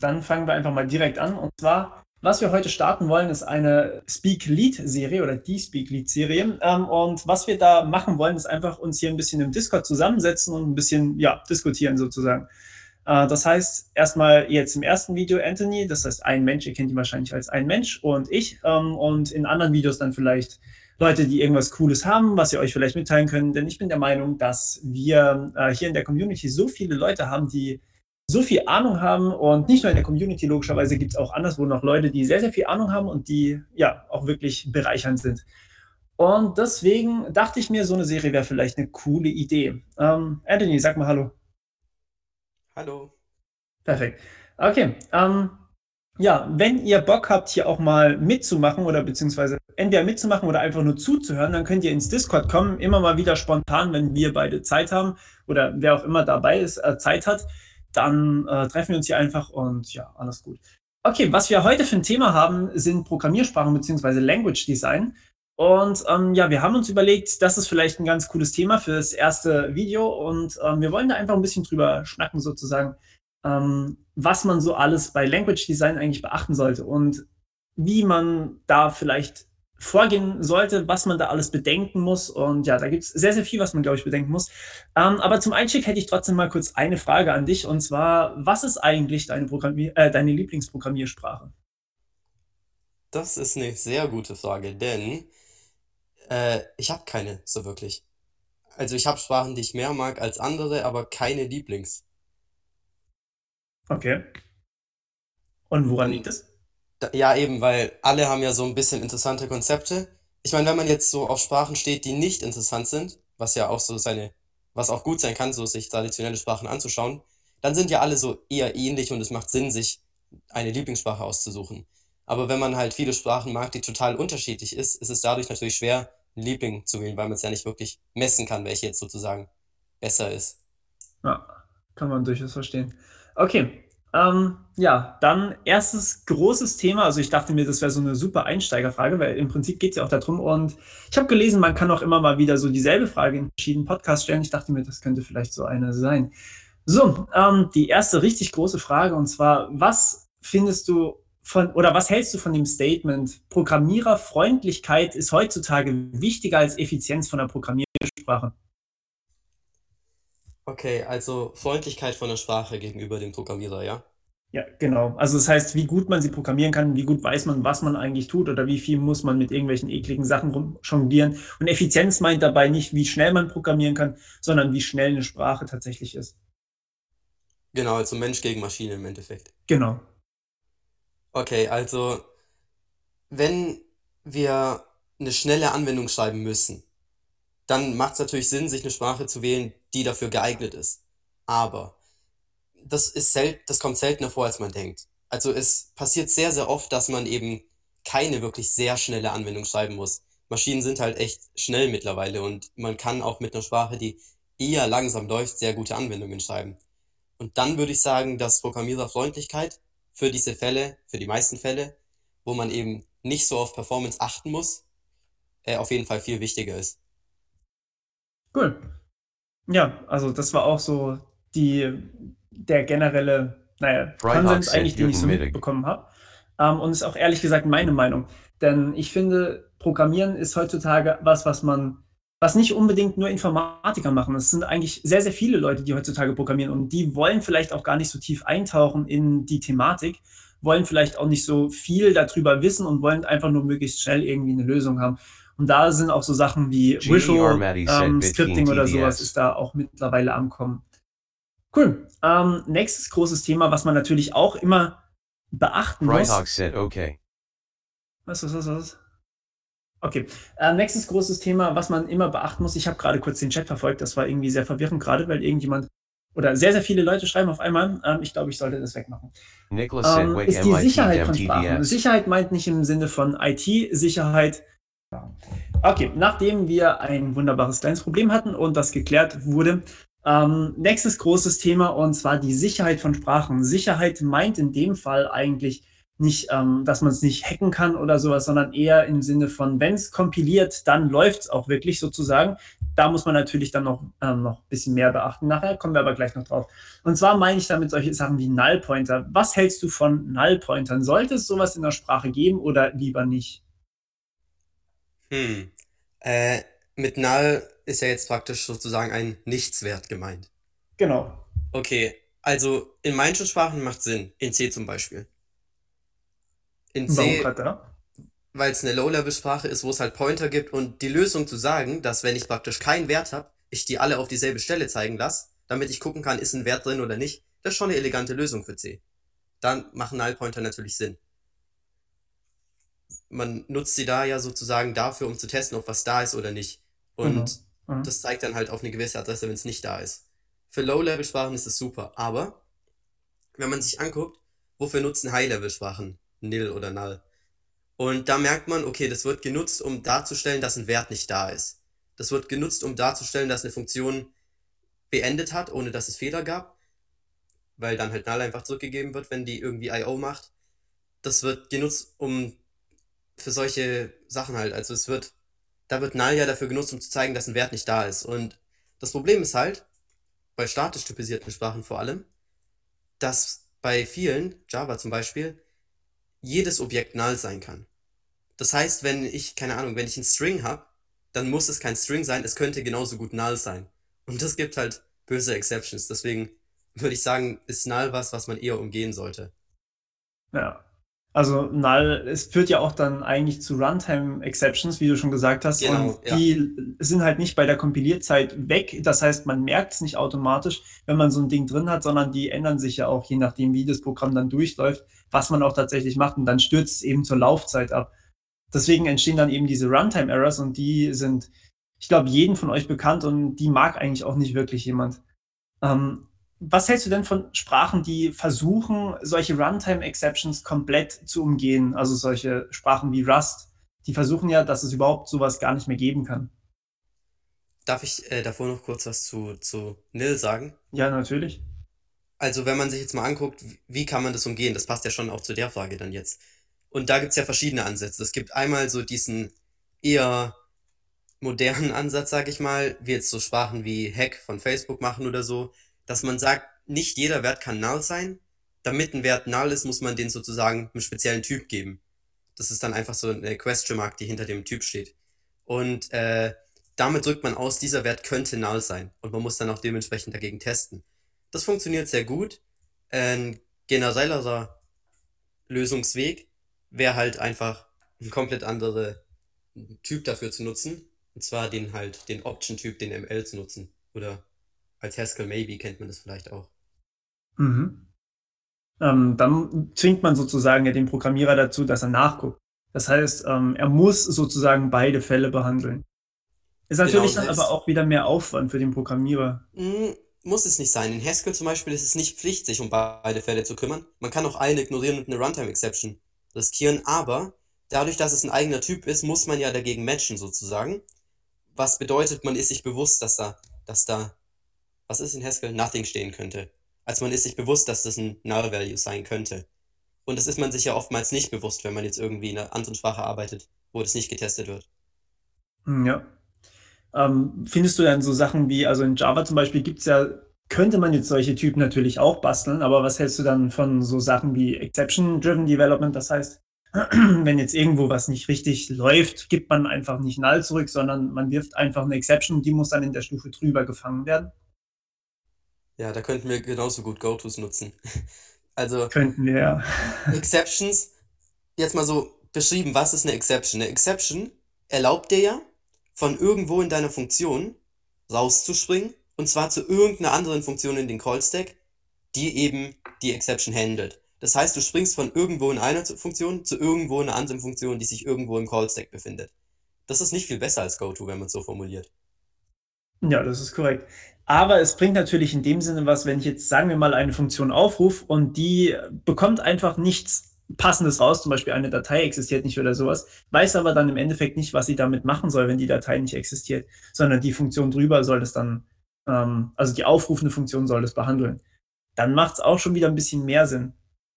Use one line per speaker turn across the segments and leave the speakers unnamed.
Dann fangen wir einfach mal direkt an. Und zwar, was wir heute starten wollen, ist eine Speak-Lead-Serie oder die Speak-Lead-Serie. Und was wir da machen wollen, ist einfach uns hier ein bisschen im Discord zusammensetzen und ein bisschen, ja, diskutieren sozusagen. Das heißt, erstmal jetzt im ersten Video Anthony, das heißt ein Mensch, ihr kennt ihn wahrscheinlich als ein Mensch und ich. Und in anderen Videos dann vielleicht Leute, die irgendwas Cooles haben, was ihr euch vielleicht mitteilen könnt. Denn ich bin der Meinung, dass wir hier in der Community so viele Leute haben, die so viel Ahnung haben und nicht nur in der Community, logischerweise gibt es auch anderswo noch Leute, die sehr, sehr viel Ahnung haben und die ja auch wirklich bereichernd sind. Und deswegen dachte ich mir, so eine Serie wäre vielleicht eine coole Idee. Anthony, sag mal Hallo.
Hallo.
Perfekt. Okay. Ja, wenn ihr Bock habt, hier auch mal mitzumachen oder beziehungsweise entweder mitzumachen oder einfach nur zuzuhören, dann könnt ihr ins Discord kommen, immer mal wieder spontan, wenn wir beide Zeit haben oder wer auch immer dabei ist, Zeit hat, dann treffen wir uns hier einfach und ja, alles gut. Okay, was wir heute für ein Thema haben, sind Programmiersprachen beziehungsweise Language Design. Und ja, wir haben uns überlegt, das ist vielleicht ein ganz cooles Thema für das erste Video und wir wollen da einfach ein bisschen drüber schnacken sozusagen, was man so alles bei Language Design eigentlich beachten sollte und wie man da vielleicht vorgehen sollte, was man da alles bedenken muss. Und ja, da gibt es sehr, sehr viel, was man, glaube ich, bedenken muss. Aber zum Einstieg hätte ich trotzdem mal kurz eine Frage an dich. Und zwar, was ist eigentlich deine Lieblingsprogrammiersprache?
Das ist eine sehr gute Frage, denn ich habe keine so wirklich. Also ich habe Sprachen, die ich mehr mag als andere, aber keine Lieblings.
Okay. Und woran liegt
Und
es?
ja, eben, weil alle haben ja so ein bisschen interessante Konzepte. Ich meine, wenn man jetzt so auf Sprachen steht, die nicht interessant sind, was ja auch so was auch gut sein kann, so sich traditionelle Sprachen anzuschauen, dann sind ja alle so eher ähnlich und es macht Sinn, sich eine Lieblingssprache auszusuchen. Aber wenn man halt viele Sprachen mag, die total unterschiedlich ist es dadurch natürlich schwer, einen Liebling zu wählen, weil man es ja nicht wirklich messen kann, welche jetzt sozusagen besser ist.
Ja, kann man durchaus verstehen. Okay, ja, dann erstes großes Thema. Also ich dachte mir, das wäre so eine super Einsteigerfrage, weil im Prinzip geht es ja auch darum. Und ich habe gelesen, man kann auch immer mal wieder so dieselbe Frage in verschiedenen Podcasts stellen. Ich dachte mir, das könnte vielleicht so eine sein. So, die erste richtig große Frage, und zwar, was findest du von oder was hältst du von dem Statement, Programmiererfreundlichkeit ist heutzutage wichtiger als Effizienz von der Programmiersprache?
Okay, also Freundlichkeit von der Sprache gegenüber dem Programmierer, ja?
Ja, genau. Also das heißt, wie gut man sie programmieren kann, wie gut weiß man, was man eigentlich tut oder wie viel muss man mit irgendwelchen ekligen Sachen rumjonglieren. Und Effizienz meint dabei nicht, wie schnell man programmieren kann, sondern wie schnell eine Sprache tatsächlich ist.
Genau, also Mensch gegen Maschine im Endeffekt.
Genau.
Okay, also wenn wir eine schnelle Anwendung schreiben müssen, dann macht es natürlich Sinn, sich eine Sprache zu wählen, die dafür geeignet ist. Aber das kommt seltener vor, als man denkt. Also es passiert sehr, sehr oft, dass man eben keine wirklich sehr schnelle Anwendung schreiben muss. Maschinen sind halt echt schnell mittlerweile und man kann auch mit einer Sprache, die eher langsam läuft, sehr gute Anwendungen schreiben. Und dann würde ich sagen, dass Programmiererfreundlichkeit für diese Fälle, für die meisten Fälle, wo man eben nicht so auf Performance achten muss, auf jeden Fall viel wichtiger ist.
Cool. Ja, also das war auch so die, der generelle, naja,
Freitag
Konsens
sent
eigentlich, den ich
guten
so
Mittag.
mitbekommen habe. Und ist auch ehrlich gesagt meine Meinung. Denn ich finde, Programmieren ist heutzutage was nicht unbedingt nur Informatiker machen. Es sind eigentlich sehr, sehr viele Leute, die heutzutage programmieren und die wollen vielleicht auch gar nicht so tief eintauchen in die Thematik, wollen vielleicht auch nicht so viel darüber wissen und wollen einfach nur möglichst schnell irgendwie eine Lösung haben. Und da sind auch so Sachen wie
GER
Visual
Matty said Bitkeen
Scripting oder sowas
TDS.
ist da auch mittlerweile am Kommen. Cool. Nächstes großes Thema, was man natürlich auch immer beachten
Freitag
muss.
said okay.
Was? Okay. Nächstes großes Thema, was man immer beachten muss. Ich habe gerade kurz den Chat verfolgt. Das war irgendwie sehr verwirrend gerade, weil irgendjemand oder sehr, sehr viele Leute schreiben auf einmal. Ich glaube, ich sollte das wegmachen.
Nicholas said wake
Ist die
MIT
Sicherheit
dem
von Sprachen.
TDS.
Sicherheit meint nicht im Sinne von IT-Sicherheit. Okay, nachdem wir ein wunderbares kleines Problem hatten und das geklärt wurde, nächstes großes Thema und zwar die Sicherheit von Sprachen. Sicherheit meint in dem Fall eigentlich nicht, dass man es nicht hacken kann oder sowas, sondern eher im Sinne von, wenn es kompiliert, dann läuft es auch wirklich sozusagen. da muss man natürlich dann noch ein bisschen mehr beachten. Nachher kommen wir aber gleich noch drauf. Und zwar meine ich damit solche Sachen wie Null-Pointer. Was hältst du von Null-Pointern? Sollte es sowas in der Sprache geben oder lieber nicht?
Hm. Äh, mit null ist ja jetzt praktisch sozusagen ein Nichtswert gemeint.
Genau.
Okay, also in manchen Sprachen macht Sinn, in C zum Beispiel. In
Warum
C,
gerade da?
weil es eine Low-Level-Sprache ist, wo es halt Pointer gibt und die Lösung zu sagen, dass wenn ich praktisch keinen Wert habe, ich die alle auf dieselbe Stelle zeigen lasse, damit ich gucken kann, ist ein Wert drin oder nicht, das ist schon eine elegante Lösung für C. Dann machen Null-Pointer natürlich Sinn. Man nutzt sie da ja sozusagen dafür, um zu testen, ob was da ist oder nicht. Und
Genau. Mhm.
das zeigt dann halt auf eine gewisse Adresse, wenn es nicht da ist. Für Low-Level-Sprachen ist es super, aber wenn man sich anguckt, wofür nutzen High-Level-Sprachen nil oder null? Und da merkt man, okay, das wird genutzt, um darzustellen, dass ein Wert nicht da ist. Das wird genutzt, um darzustellen, dass eine Funktion beendet hat, ohne dass es Fehler gab, weil dann halt null einfach zurückgegeben wird, wenn die irgendwie IO macht. Das wird genutzt, um für solche Sachen halt, also da wird null ja dafür genutzt, um zu zeigen, dass ein Wert nicht da ist. Und das Problem ist halt, bei statisch typisierten Sprachen vor allem, dass bei vielen, Java zum Beispiel, jedes Objekt null sein kann. Das heißt, wenn ich, keine Ahnung, wenn ich einen String habe, dann muss es kein String sein, es könnte genauso gut null sein. Und das gibt halt böse Exceptions. Deswegen würde ich sagen, ist null was man eher umgehen sollte.
Ja. Also null, es führt ja auch dann eigentlich zu Runtime-Exceptions, wie du schon gesagt hast, und
Genau, ja.
die sind halt nicht bei der Kompilierzeit weg. Das heißt, man merkt es nicht automatisch, wenn man so ein Ding drin hat, sondern die ändern sich ja auch, je nachdem, wie das Programm dann durchläuft, was man auch tatsächlich macht. Und dann stürzt es eben zur Laufzeit ab. Deswegen entstehen dann eben diese Runtime-Errors und die sind, ich glaube, jedem von euch bekannt und die mag eigentlich auch nicht wirklich jemand. Ähm, Was hältst du denn von Sprachen, die versuchen, solche Runtime-Exceptions komplett zu umgehen? Also solche Sprachen wie Rust, die versuchen ja, dass es überhaupt sowas gar nicht mehr geben kann.
Darf ich davor noch kurz was zu nil sagen?
Ja, natürlich.
Also wenn man sich jetzt mal anguckt, wie kann man das umgehen? Das passt ja schon auch zu der Frage dann jetzt. Und da gibt's ja verschiedene Ansätze. Es gibt einmal so diesen eher modernen Ansatz, sag ich mal, wie jetzt so Sprachen wie Hack von Facebook machen oder so, dass man sagt, nicht jeder Wert kann null sein. Damit ein Wert null ist, muss man den sozusagen einen speziellen Typ geben. Das ist dann einfach so eine Question Mark, die hinter dem Typ steht. Und damit drückt man aus, dieser Wert könnte null sein. Und man muss dann auch dementsprechend dagegen testen. Das funktioniert sehr gut. Ein generellerer Lösungsweg wäre halt einfach ein komplett anderer Typ dafür zu nutzen. Und zwar den Option-Typ, den ML zu nutzen. Oder als Haskell Maybe kennt man das vielleicht auch.
Mhm. Dann zwingt man sozusagen ja den Programmierer dazu, dass er nachguckt. Das heißt, er muss sozusagen beide Fälle behandeln. Ist
Genau,
natürlich dann aber
selbst
auch wieder mehr Aufwand für den Programmierer.
muss es nicht sein. In Haskell zum Beispiel ist es nicht Pflicht, sich um beide Fälle zu kümmern. Man kann auch eine ignorieren und eine Runtime-Exception riskieren, aber dadurch, dass es ein eigener Typ ist, muss man ja dagegen matchen sozusagen. Was bedeutet, man ist sich bewusst, dass da, was ist in Haskell? Nothing stehen könnte. Also man ist sich bewusst, dass das ein Null Value sein könnte. Und das ist man sich ja oftmals nicht bewusst, wenn man jetzt irgendwie in einer anderen Sprache arbeitet, wo das nicht getestet wird.
Ja. Findest du dann so Sachen wie, also in Java zum Beispiel gibt's ja, könnte man jetzt solche Typen natürlich auch basteln, aber was hältst du dann von so Sachen wie Exception-Driven Development? Das heißt, wenn jetzt irgendwo was nicht richtig läuft, gibt man einfach nicht null zurück, sondern man wirft einfach eine Exception, die muss dann in der Stufe drüber gefangen werden.
Ja, da könnten wir genauso gut Gotos nutzen. Also
Könnten wir ja.
Exceptions, jetzt mal so beschrieben, was ist eine Exception? Eine Exception erlaubt dir ja, von irgendwo in deiner Funktion rauszuspringen, und zwar zu irgendeiner anderen Funktion in den Callstack, die eben die Exception handelt. Das heißt, du springst von irgendwo in einer Funktion zu irgendwo in einer anderen Funktion, die sich irgendwo im Callstack befindet. Das ist nicht viel besser als Goto, wenn man es so formuliert.
Ja, das ist korrekt. Aber es bringt natürlich in dem Sinne was, wenn ich jetzt, sagen wir mal, eine Funktion aufrufe und die bekommt einfach nichts Passendes raus, zum Beispiel eine Datei existiert nicht oder sowas, weiß aber dann im Endeffekt nicht, was sie damit machen soll, wenn die Datei nicht existiert, sondern die Funktion drüber soll das dann, also die aufrufende Funktion soll das behandeln. Dann macht es auch schon wieder ein bisschen mehr Sinn,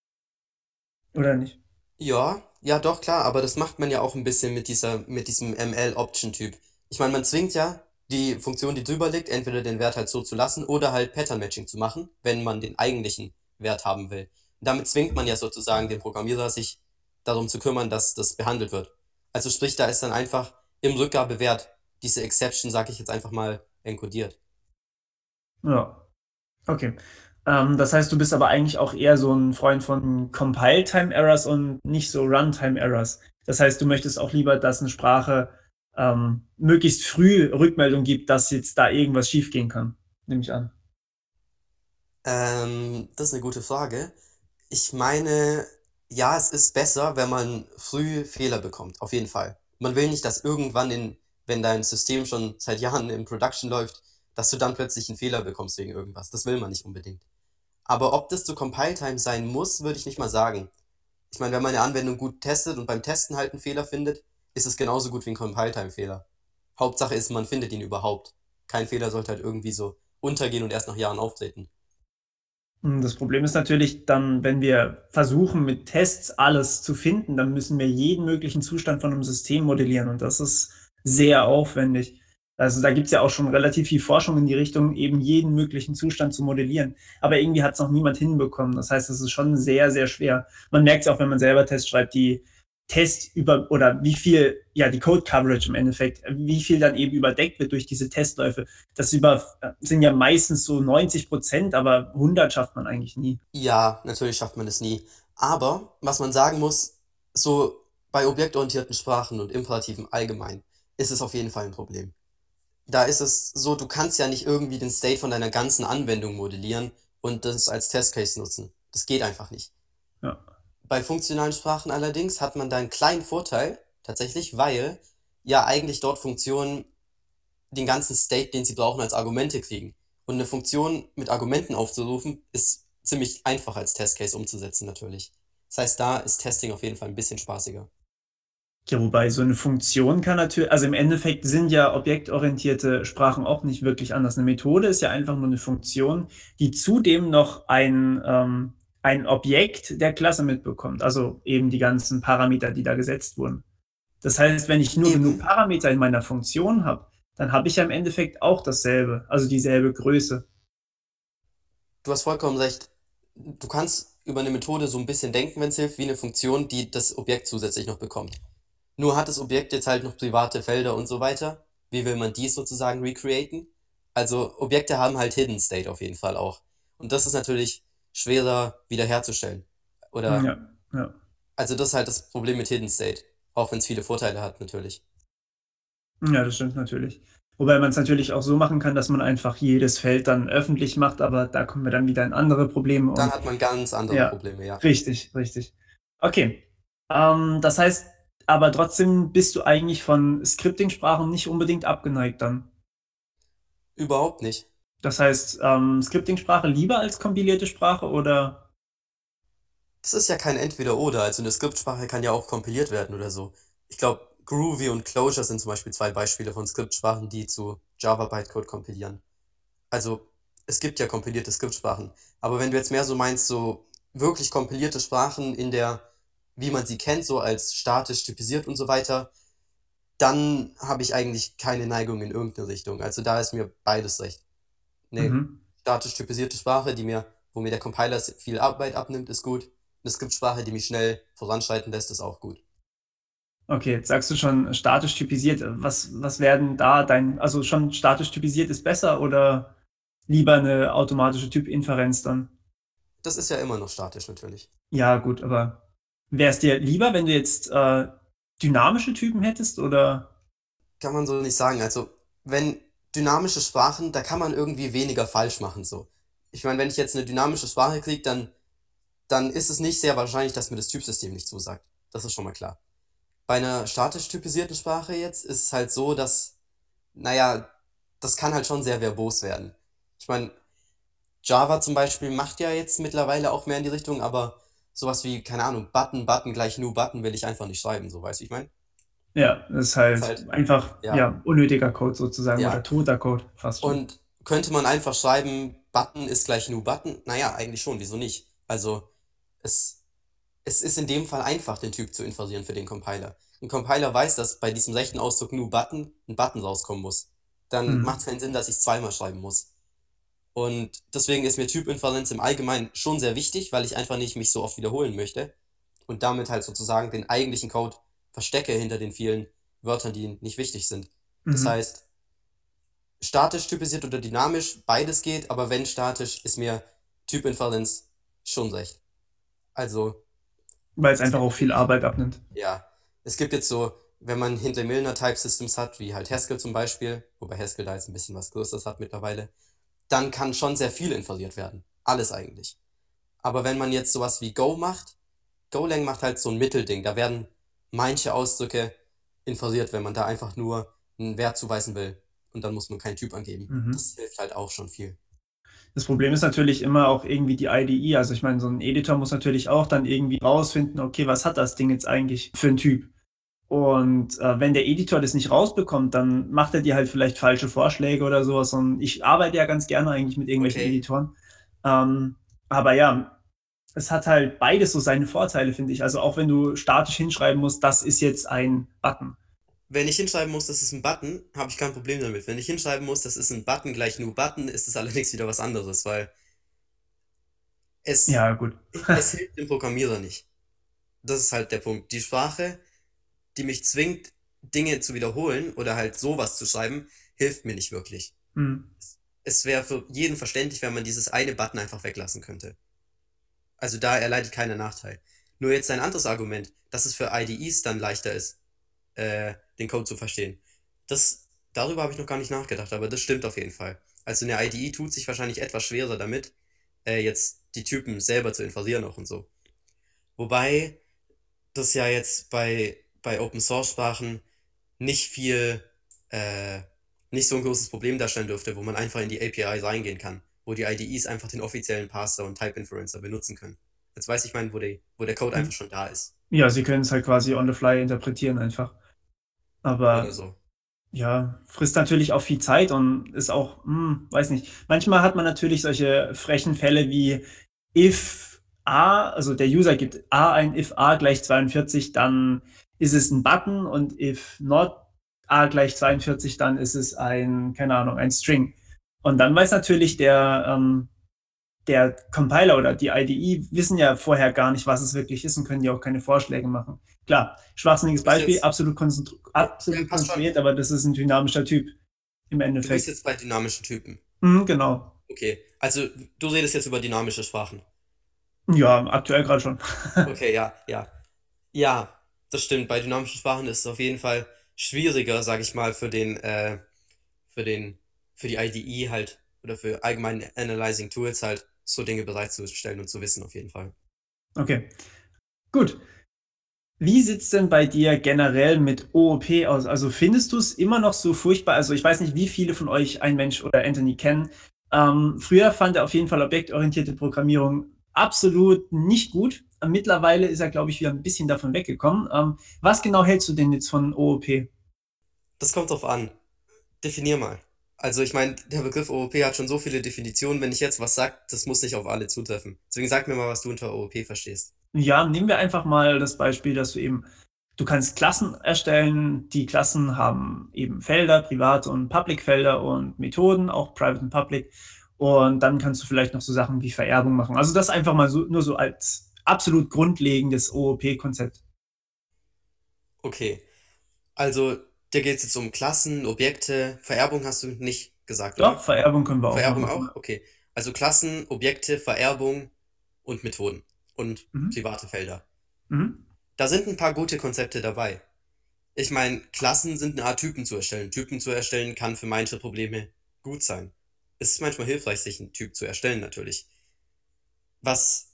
oder nicht?
Ja, ja, doch, klar, aber das macht man ja auch ein bisschen mit diesem ML-Option-Typ. Ich meine, man zwingt ja die Funktion, die drüber liegt, entweder den Wert halt so zu lassen oder halt Pattern Matching zu machen, wenn man den eigentlichen Wert haben will. Damit zwingt man ja sozusagen den Programmierer, sich darum zu kümmern, dass das behandelt wird. Also sprich, da ist dann einfach im Rückgabewert diese Exception, sag ich jetzt einfach mal, enkodiert.
Ja, okay. Das heißt, du bist aber eigentlich auch eher so ein Freund von Compile-Time-Errors und nicht so Runtime-Errors. Das heißt, du möchtest auch lieber, dass eine Sprache möglichst früh Rückmeldung gibt, dass jetzt da irgendwas schiefgehen kann, nehme ich an.
Das ist eine gute Frage. Ich meine, ja, es ist besser, wenn man früh Fehler bekommt, auf jeden Fall. Man will nicht, dass irgendwann wenn dein System schon seit Jahren in Production läuft, dass du dann plötzlich einen Fehler bekommst wegen irgendwas. Das will man nicht unbedingt. Aber ob das zu Compile-Time sein muss, würde ich nicht mal sagen. Ich meine, wenn man eine Anwendung gut testet und beim Testen halt einen Fehler findet, ist es genauso gut wie ein Compile-Time-Fehler. Hauptsache ist, man findet ihn überhaupt. Kein Fehler sollte halt irgendwie so untergehen und erst nach Jahren auftreten.
Das Problem ist natürlich dann, wenn wir versuchen, mit Tests alles zu finden, dann müssen wir jeden möglichen Zustand von einem System modellieren und das ist sehr aufwendig. Also, da gibt's ja auch schon relativ viel Forschung in die Richtung, eben jeden möglichen Zustand zu modellieren. Aber irgendwie hat es noch niemand hinbekommen. Das heißt, es ist schon sehr, sehr schwer. Man merkt es auch, wenn man selber Tests schreibt, die Test über oder wie viel, ja, die Code Coverage im Endeffekt, wie viel dann eben überdeckt wird durch diese Testläufe. Sind ja meistens so 90%, aber 100 schafft man eigentlich nie.
Ja, natürlich schafft man es nie. Aber was man sagen muss, so bei objektorientierten Sprachen und Imperativen allgemein, ist es auf jeden Fall ein Problem. Da ist es so, du kannst ja nicht irgendwie den State von deiner ganzen Anwendung modellieren und das als Testcase nutzen. Das geht einfach nicht.
Ja.
Bei funktionalen Sprachen allerdings hat man da einen kleinen Vorteil, tatsächlich, weil ja eigentlich dort Funktionen den ganzen State, den sie brauchen, als Argumente kriegen. Und eine Funktion mit Argumenten aufzurufen, ist ziemlich einfach als Testcase umzusetzen, natürlich. Das heißt, da ist Testing auf jeden Fall ein bisschen spaßiger.
Ja, wobei so eine Funktion kann natürlich, also im Endeffekt sind ja objektorientierte Sprachen auch nicht wirklich anders. Eine Methode ist ja einfach nur eine Funktion, die zudem noch ein Objekt der Klasse mitbekommt, also eben die ganzen Parameter, die da gesetzt wurden. Das heißt, wenn ich nur genug
Eben,
Parameter in meiner Funktion habe, dann habe ich ja im Endeffekt auch dasselbe, also dieselbe Größe.
du hast vollkommen recht. Du kannst über eine Methode so ein bisschen denken, wenn es hilft, wie eine Funktion, die das Objekt zusätzlich noch bekommt. Nur hat das Objekt jetzt halt noch private Felder und so weiter. Wie will man dies sozusagen recreaten? Also Objekte haben halt Hidden State auf jeden Fall auch. Und das ist natürlich schwerer wiederherzustellen. Oder,
Ja, ja.
also das ist halt das Problem mit Hidden State. Auch wenn es viele Vorteile hat, natürlich.
Ja, das stimmt natürlich. Wobei man es natürlich auch so machen kann, dass man einfach jedes Feld dann öffentlich macht, aber da kommen wir dann wieder in andere Probleme
Dann
und
hat man ganz andere
ja,
Probleme, ja.
richtig, richtig. Okay. Das heißt aber trotzdem bist du eigentlich von Scripting-Sprachen nicht unbedingt abgeneigt dann?
Überhaupt nicht.
Das heißt, Scripting-Sprache lieber als kompilierte Sprache oder?
Das ist ja kein Entweder-Oder. Also eine Skriptsprache kann ja auch kompiliert werden oder so. Ich glaube, Groovy und Clojure sind zum Beispiel zwei Beispiele von Skriptsprachen, die zu Java Bytecode kompilieren. Also, es gibt ja kompilierte Skriptsprachen. Aber wenn du jetzt mehr so meinst, so wirklich kompilierte Sprachen wie man sie kennt, so als statisch typisiert und so weiter, dann habe ich eigentlich keine Neigung in irgendeine Richtung. Also da ist mir beides recht. Eine
Mhm.
statisch typisierte Sprache, wo mir der Compiler viel Arbeit abnimmt, ist gut. Eine Skriptsprache, die mich schnell voranschreiten lässt, ist auch gut.
Okay, jetzt sagst du schon statisch typisiert. Was werden da also schon statisch typisiert ist besser oder lieber eine automatische Typinferenz dann?
Das ist ja immer noch statisch natürlich.
Ja, gut, aber wäre es dir lieber, wenn du jetzt dynamische Typen hättest oder?
Kann man so nicht sagen. Also, wenn dynamische Sprachen, da kann man irgendwie weniger falsch machen, so. Ich meine, wenn ich jetzt eine dynamische Sprache kriege, dann ist es nicht sehr wahrscheinlich, dass mir das Typsystem nicht zusagt. Das ist schon mal klar. Bei einer statisch typisierten Sprache jetzt ist es halt so, dass, naja, das kann halt schon sehr verbos werden. Ich meine, Java zum Beispiel macht ja jetzt mittlerweile auch mehr in die Richtung, aber sowas wie, keine Ahnung, Button gleich new Button will ich einfach nicht schreiben, so, weißt du, ich meine?
Ja, das ist
Ist
halt
halt,
einfach,
ja,
ja, unnötiger Code sozusagen oder
ja.
toter Code fast schon.
Und könnte man einfach schreiben, Button ist gleich new Button? Naja, eigentlich schon, wieso nicht? Also, es, es ist in dem Fall einfach, den Typ zu inversieren für den Compiler. Ein Compiler weiß, dass bei diesem rechten Ausdruck new Button ein Button rauskommen muss. dann macht es
Mhm.
keinen Sinn, dass ich es zweimal schreiben muss. Und deswegen ist mir Typinvalenz im Allgemeinen schon sehr wichtig, weil ich einfach nicht mich so oft wiederholen möchte und damit halt sozusagen den eigentlichen Code verstecke hinter den vielen Wörtern, die nicht wichtig sind. Das
Mhm.
heißt, statisch typisiert oder dynamisch, beides geht, aber wenn statisch, ist mir Typinvalenz schon recht. Also,
Weil es
es
einfach
gibt
auch viel
natürlich,
Arbeit abnimmt.
ja, es gibt jetzt so, wenn man Hindley-Milner Type Systems hat, wie halt Haskell zum Beispiel, wobei Haskell da jetzt ein bisschen was Größeres hat mittlerweile, dann kann schon sehr viel inferiert werden. Alles eigentlich. Aber wenn man jetzt sowas wie Go macht, Golang macht halt so ein Mittelding. Da werden manche Ausdrücke inferiert, wenn man da einfach nur einen Wert zuweisen will. Und dann muss man keinen Typ angeben.
Mhm.
Das hilft halt auch schon viel.
Das Problem ist natürlich immer auch irgendwie die IDE. Also ich meine, so ein Editor muss natürlich auch dann irgendwie rausfinden, okay, was hat das Ding jetzt eigentlich für ein Typ? Und wenn der Editor das nicht rausbekommt, dann macht er dir halt vielleicht falsche Vorschläge oder sowas. Und ich arbeite ja ganz gerne eigentlich mit irgendwelchen
Okay.
Editoren. Aber ja, es hat halt beides so seine Vorteile, finde ich. Also auch wenn du statisch hinschreiben musst, das ist jetzt ein Button.
Wenn ich hinschreiben muss, das ist ein Button, habe ich kein Problem damit. Wenn ich hinschreiben muss, das ist ein Button gleich nur Button, ist es allerdings wieder was anderes, weil es,
Ja, gut.
es hilft dem Programmierer nicht. Das ist halt der Punkt. Die Sprache, die mich zwingt, Dinge zu wiederholen oder halt sowas zu schreiben, hilft mir nicht wirklich.
Hm.
Es wäre für jeden verständlich, wenn man dieses eine Button einfach weglassen könnte. Also da erleidet keiner Nachteil. Nur jetzt ein anderes Argument, dass es für IDEs dann leichter ist, den Code zu verstehen. Darüber habe ich noch gar nicht nachgedacht, aber das stimmt auf jeden Fall. Also eine IDE tut sich wahrscheinlich etwas schwerer damit, jetzt die Typen selber zu inferieren auch und so. Wobei das ja jetzt bei Open Source Sprachen nicht viel, äh, nicht so ein großes Problem darstellen dürfte, wo man einfach in die API reingehen kann, wo die IDEs einfach den offiziellen Parser und Type Inferencer benutzen können. Jetzt weiß ich mein, wo der Code einfach schon da ist.
Ja, sie können es halt quasi on the fly interpretieren einfach.
Oder
Aber
so.
ja, frisst natürlich auch viel Zeit und ist auch, weiß nicht. Manchmal hat man natürlich solche frechen Fälle wie if a, also der User gibt a ein, if a gleich 42, dann ist es ein Button und if not a gleich 42, dann ist es ein, keine Ahnung, ein String. Und dann weiß natürlich der Compiler oder die IDE wissen ja vorher gar nicht, was es wirklich ist und können ja auch keine Vorschläge machen. Klar, schwachsinniges
Du bist
Beispiel,
jetzt, ja,
absolut
passt schon.
konstruiert, aber das ist ein dynamischer Typ im
Du bist
Endeffekt.
jetzt bei dynamischen Typen.
Genau.
Okay. Also du redest jetzt über dynamische Sprachen.
Ja, aktuell gerade schon.
Okay, ja, ja. Ja, das stimmt. Bei dynamischen Sprachen ist es auf jeden Fall schwieriger, sag ich mal, für den, für die IDE halt oder für allgemeine Analyzing Tools halt so Dinge bereitzustellen und zu wissen auf jeden Fall.
Okay, gut. Wie sieht's denn bei dir generell mit OOP aus? Also findest du es immer noch so furchtbar? Also ich weiß nicht, wie viele von euch ein Mensch oder Anthony kennen. Früher fand er auf jeden Fall objektorientierte Programmierung absolut nicht gut. Mittlerweile ist er, glaube ich, wieder ein bisschen davon weggekommen. Was genau hältst du denn jetzt von OOP?
Das kommt drauf an. Definier mal. Also ich meine, der Begriff OOP hat schon so viele Definitionen. Wenn ich jetzt was sag, das muss nicht auf alle zutreffen. Deswegen sag mir mal, was du unter OOP verstehst.
Ja, nehmen wir einfach mal das Beispiel, dass du kannst Klassen erstellen. Die Klassen haben eben Felder, private und Public Felder und Methoden, auch Private und Public. Und dann kannst du vielleicht noch so Sachen wie Vererbung machen. Also das einfach mal so, nur so als absolut grundlegendes OOP-Konzept.
Okay. Also, dir geht es jetzt um Klassen, Objekte, Vererbung hast du nicht gesagt,
Doch,
oder?
Vererbung können wir auch mal
Vererbung
machen.
auch? Okay. Also Klassen, Objekte, Vererbung und Methoden und
Mhm.
private Felder.
Mhm.
Da sind ein paar gute Konzepte dabei. Ich meine, Klassen sind eine Art Typen zu erstellen. Typen zu erstellen kann für manche Probleme gut sein. Es ist manchmal hilfreich, sich einen Typ zu erstellen, natürlich. Was,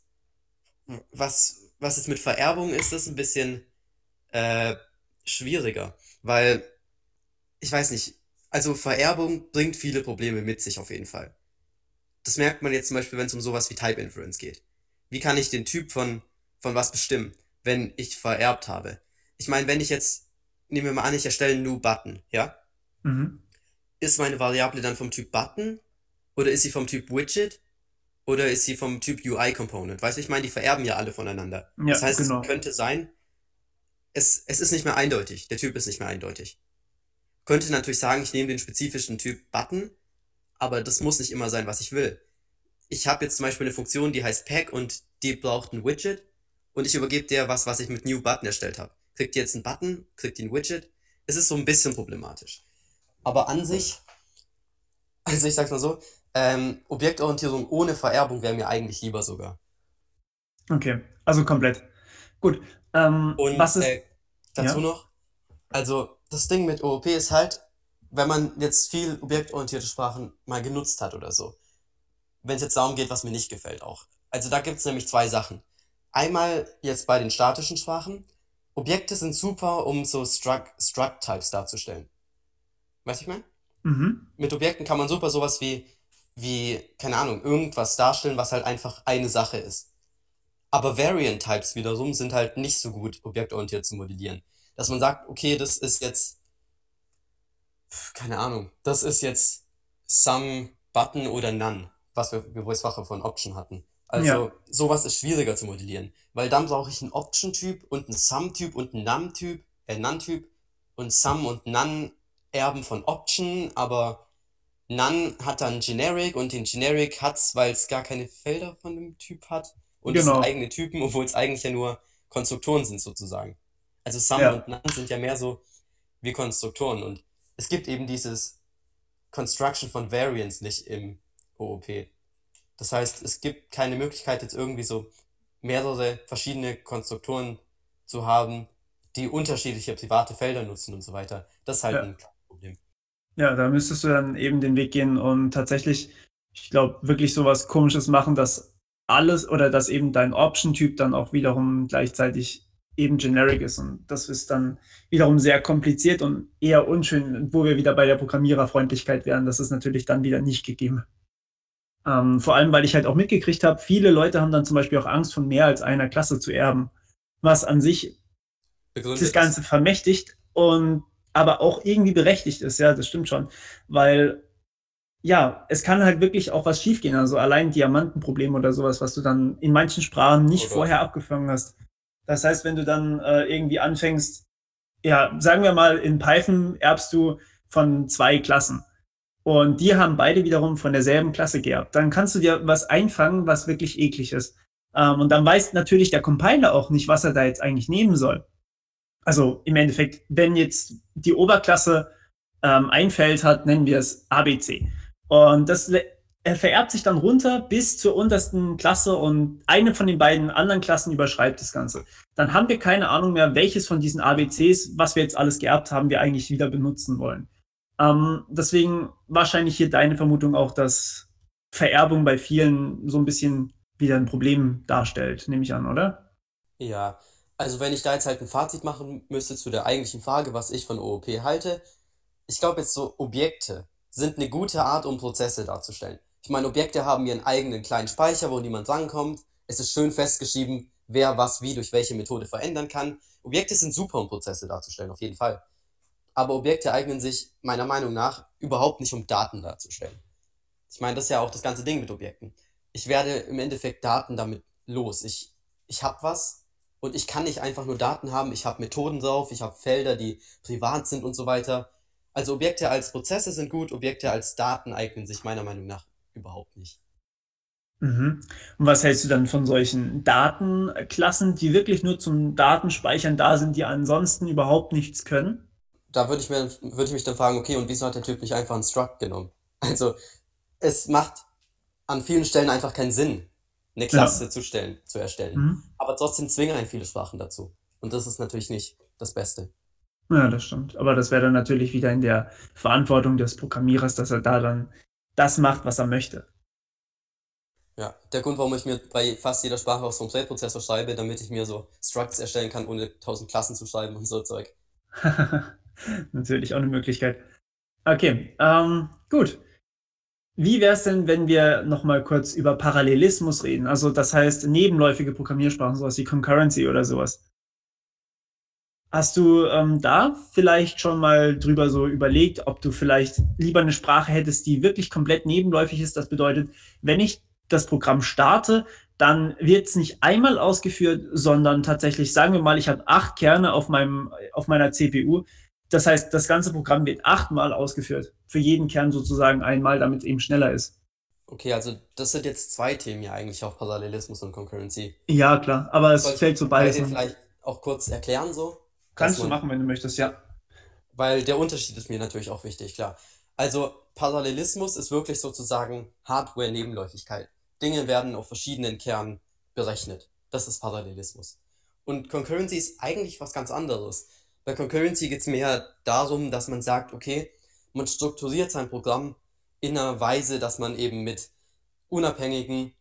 was jetzt mit Vererbung ist, ist ein bisschen äh, schwieriger, weil ich weiß nicht, also Vererbung bringt viele Probleme mit sich auf jeden Fall. Das merkt man jetzt zum Beispiel, wenn es um sowas wie Type Inference geht. Wie kann ich den Typ von was bestimmen, wenn ich vererbt habe? Ich meine, wenn ich jetzt, nehmen wir mal an, ich erstelle einen New Button, ja?
Mhm.
Ist meine Variable dann vom Typ Button? Oder ist sie vom Typ Widget? Oder ist sie vom Typ UI Component? Weißt du, ich meine, die vererben ja alle voneinander. Das
Ja,
heißt, es
genau.
könnte sein, es ist nicht mehr eindeutig. Der Typ ist nicht mehr eindeutig. könnte natürlich sagen, ich nehme den spezifischen Typ Button, aber das muss nicht immer sein, was ich will. Ich habe jetzt zum Beispiel eine Funktion, die heißt Pack und die braucht ein Widget und ich übergebe der was ich mit New Button erstellt habe. Kriegt die jetzt einen Button, kriegt die ein Widget? Es ist so ein bisschen problematisch. Aber an sich, also ich sag's mal so, Objektorientierung ohne Vererbung wäre mir eigentlich lieber sogar.
Okay, also komplett. Gut.
Und
Was ist,
dazu
ja?
noch, also das Ding mit OOP ist halt, wenn man jetzt viel objektorientierte Sprachen mal genutzt hat oder so, wenn es jetzt darum geht, was mir nicht gefällt auch. Also da gibt es nämlich zwei Sachen. Einmal jetzt bei den statischen Sprachen. Objekte sind super, um so Struct-Types darzustellen. Weißt du, ich meine?
Mhm.
Mit Objekten kann man super sowas keine Ahnung, irgendwas darstellen, was halt einfach eine Sache ist. Aber Variant-Types wiederum sind halt nicht so gut objektorientiert zu modellieren. Dass man sagt, okay, das ist jetzt, keine Ahnung, das ist jetzt some Button oder none, was wir Voice-Fache von Option hatten.
Ja,
Also sowas ist schwieriger zu modellieren, weil dann brauche ich einen Option-Typ und einen Sum-Typ und einen None-Typ und Sum und None erben von Option, aber None hat dann Generic und den Generic hat's, weil es gar keine Felder von dem Typ hat und es sind
genau.
eigene Typen, obwohl es eigentlich ja nur Konstruktoren sind sozusagen. Also Sum
Ja.
und None sind ja mehr so wie Konstruktoren und es gibt eben dieses Construction von Variants nicht im OOP. Das heißt, es gibt keine Möglichkeit, jetzt irgendwie so mehrere verschiedene Konstruktoren zu haben, die unterschiedliche private Felder nutzen und so weiter. Das ist halt
Ja.
ein Problem.
Ja, da müsstest du dann eben den Weg gehen und tatsächlich, ich glaube, wirklich so was Komisches machen, dass alles oder dass eben dein Option-Typ dann auch wiederum gleichzeitig eben generic ist. Und das ist dann wiederum sehr kompliziert und eher unschön, wo wir wieder bei der Programmiererfreundlichkeit wären. Das ist natürlich dann wieder nicht gegeben. Vor allem, weil ich halt auch mitgekriegt habe, viele Leute haben dann zum Beispiel auch Angst, von mehr als einer Klasse zu erben, was an sich das
Begründet
Ganze
ist.
vermächtigt und aber auch irgendwie berechtigt ist, ja, das stimmt schon. Weil, ja, es kann halt wirklich auch was schiefgehen. Also allein Diamantenproblem oder sowas, was du dann in manchen Sprachen nicht
Oh Gott.
vorher abgefangen hast. Das heißt, wenn du dann irgendwie anfängst, ja, sagen wir mal, in Python erbst du von zwei Klassen. Und die haben beide wiederum von derselben Klasse geerbt. Dann kannst du dir was einfangen, was wirklich eklig ist. Und dann weiß natürlich der Compiler auch nicht, was er da jetzt eigentlich nehmen soll. Also im Endeffekt, wenn jetzt die Oberklasse ein Feld hat, nennen wir es ABC. Und das vererbt sich dann runter bis zur untersten Klasse und eine von den beiden anderen Klassen überschreibt das Ganze. Dann haben wir keine Ahnung mehr, welches von diesen ABCs, was wir jetzt alles geerbt haben, wir eigentlich wieder benutzen wollen. Deswegen wahrscheinlich hier deine Vermutung auch, dass Vererbung bei vielen so ein bisschen wieder ein Problem darstellt, nehme ich an, oder?
Ja, also wenn ich da jetzt halt ein Fazit machen müsste zu der eigentlichen Frage, was ich von OOP halte, ich glaube jetzt so, Objekte sind eine gute Art, um Prozesse darzustellen. Ich meine, Objekte haben ihren eigenen kleinen Speicher, wo niemand rankommt. Es ist schön festgeschrieben, wer was wie durch welche Methode verändern kann. Objekte sind super, um Prozesse darzustellen, auf jeden Fall. Aber Objekte eignen sich meiner Meinung nach überhaupt nicht, um Daten darzustellen. Ich meine, das ist ja auch das ganze Ding mit Objekten. Ich werde im Endeffekt Daten damit los. Ich habe was und ich kann nicht einfach nur Daten haben. Ich habe Methoden drauf, ich habe Felder, die privat sind und so weiter. Also Objekte als Prozesse sind gut, Objekte als Daten eignen sich meiner Meinung nach überhaupt nicht.
Mhm. Und was hältst du dann von solchen Datenklassen, die wirklich nur zum Datenspeichern da sind, die ansonsten überhaupt nichts können?
Da würde ich mich dann fragen, okay, und wieso hat der Typ nicht einfach einen Struct genommen? Also, es macht an vielen Stellen einfach keinen Sinn, eine
Ja.
Klasse zu erstellen.
Mhm.
Aber trotzdem zwingen einen viele Sprachen dazu. Und das ist natürlich nicht das Beste.
Ja, das stimmt. Aber das wäre dann natürlich wieder in der Verantwortung des Programmierers, dass er da dann das macht, was er möchte.
Ja, der Grund, warum ich mir bei fast jeder Sprache auch so einen Präprozessor schreibe, damit ich mir so Structs erstellen kann, ohne 1000 Klassen zu schreiben und so Zeug.
Natürlich auch eine Möglichkeit. Okay, gut. Wie wäre es denn, wenn wir noch mal kurz über Parallelismus reden? Also das heißt nebenläufige Programmiersprachen, sowas wie Concurrency oder sowas. Hast du da vielleicht schon mal drüber so überlegt, ob du vielleicht lieber eine Sprache hättest, die wirklich komplett nebenläufig ist? Das bedeutet, wenn ich das Programm starte, dann wird es nicht einmal ausgeführt, sondern tatsächlich, sagen wir mal, ich habe 8 Kerne auf meiner CPU. Das heißt, das ganze Programm wird 8-mal ausgeführt. Für jeden Kern sozusagen einmal, damit es eben schneller ist.
Okay, also das sind jetzt zwei Themen ja eigentlich auch, Parallelismus und Concurrency.
Ja, klar, aber es
Soll ich
fällt so beides
beide
an.
vielleicht auch kurz erklären so, dass
Kannst du
man,
machen, wenn du möchtest, ja.
weil der Unterschied ist mir natürlich auch wichtig, klar. Also Parallelismus ist wirklich sozusagen Hardware-Nebenläufigkeit. Dinge werden auf verschiedenen Kernen berechnet. Das ist Parallelismus. Und Concurrency ist eigentlich was ganz anderes. Bei Concurrency geht es mehr darum, dass man sagt, okay, man strukturiert sein Programm in einer Weise, dass man eben mit unabhängigen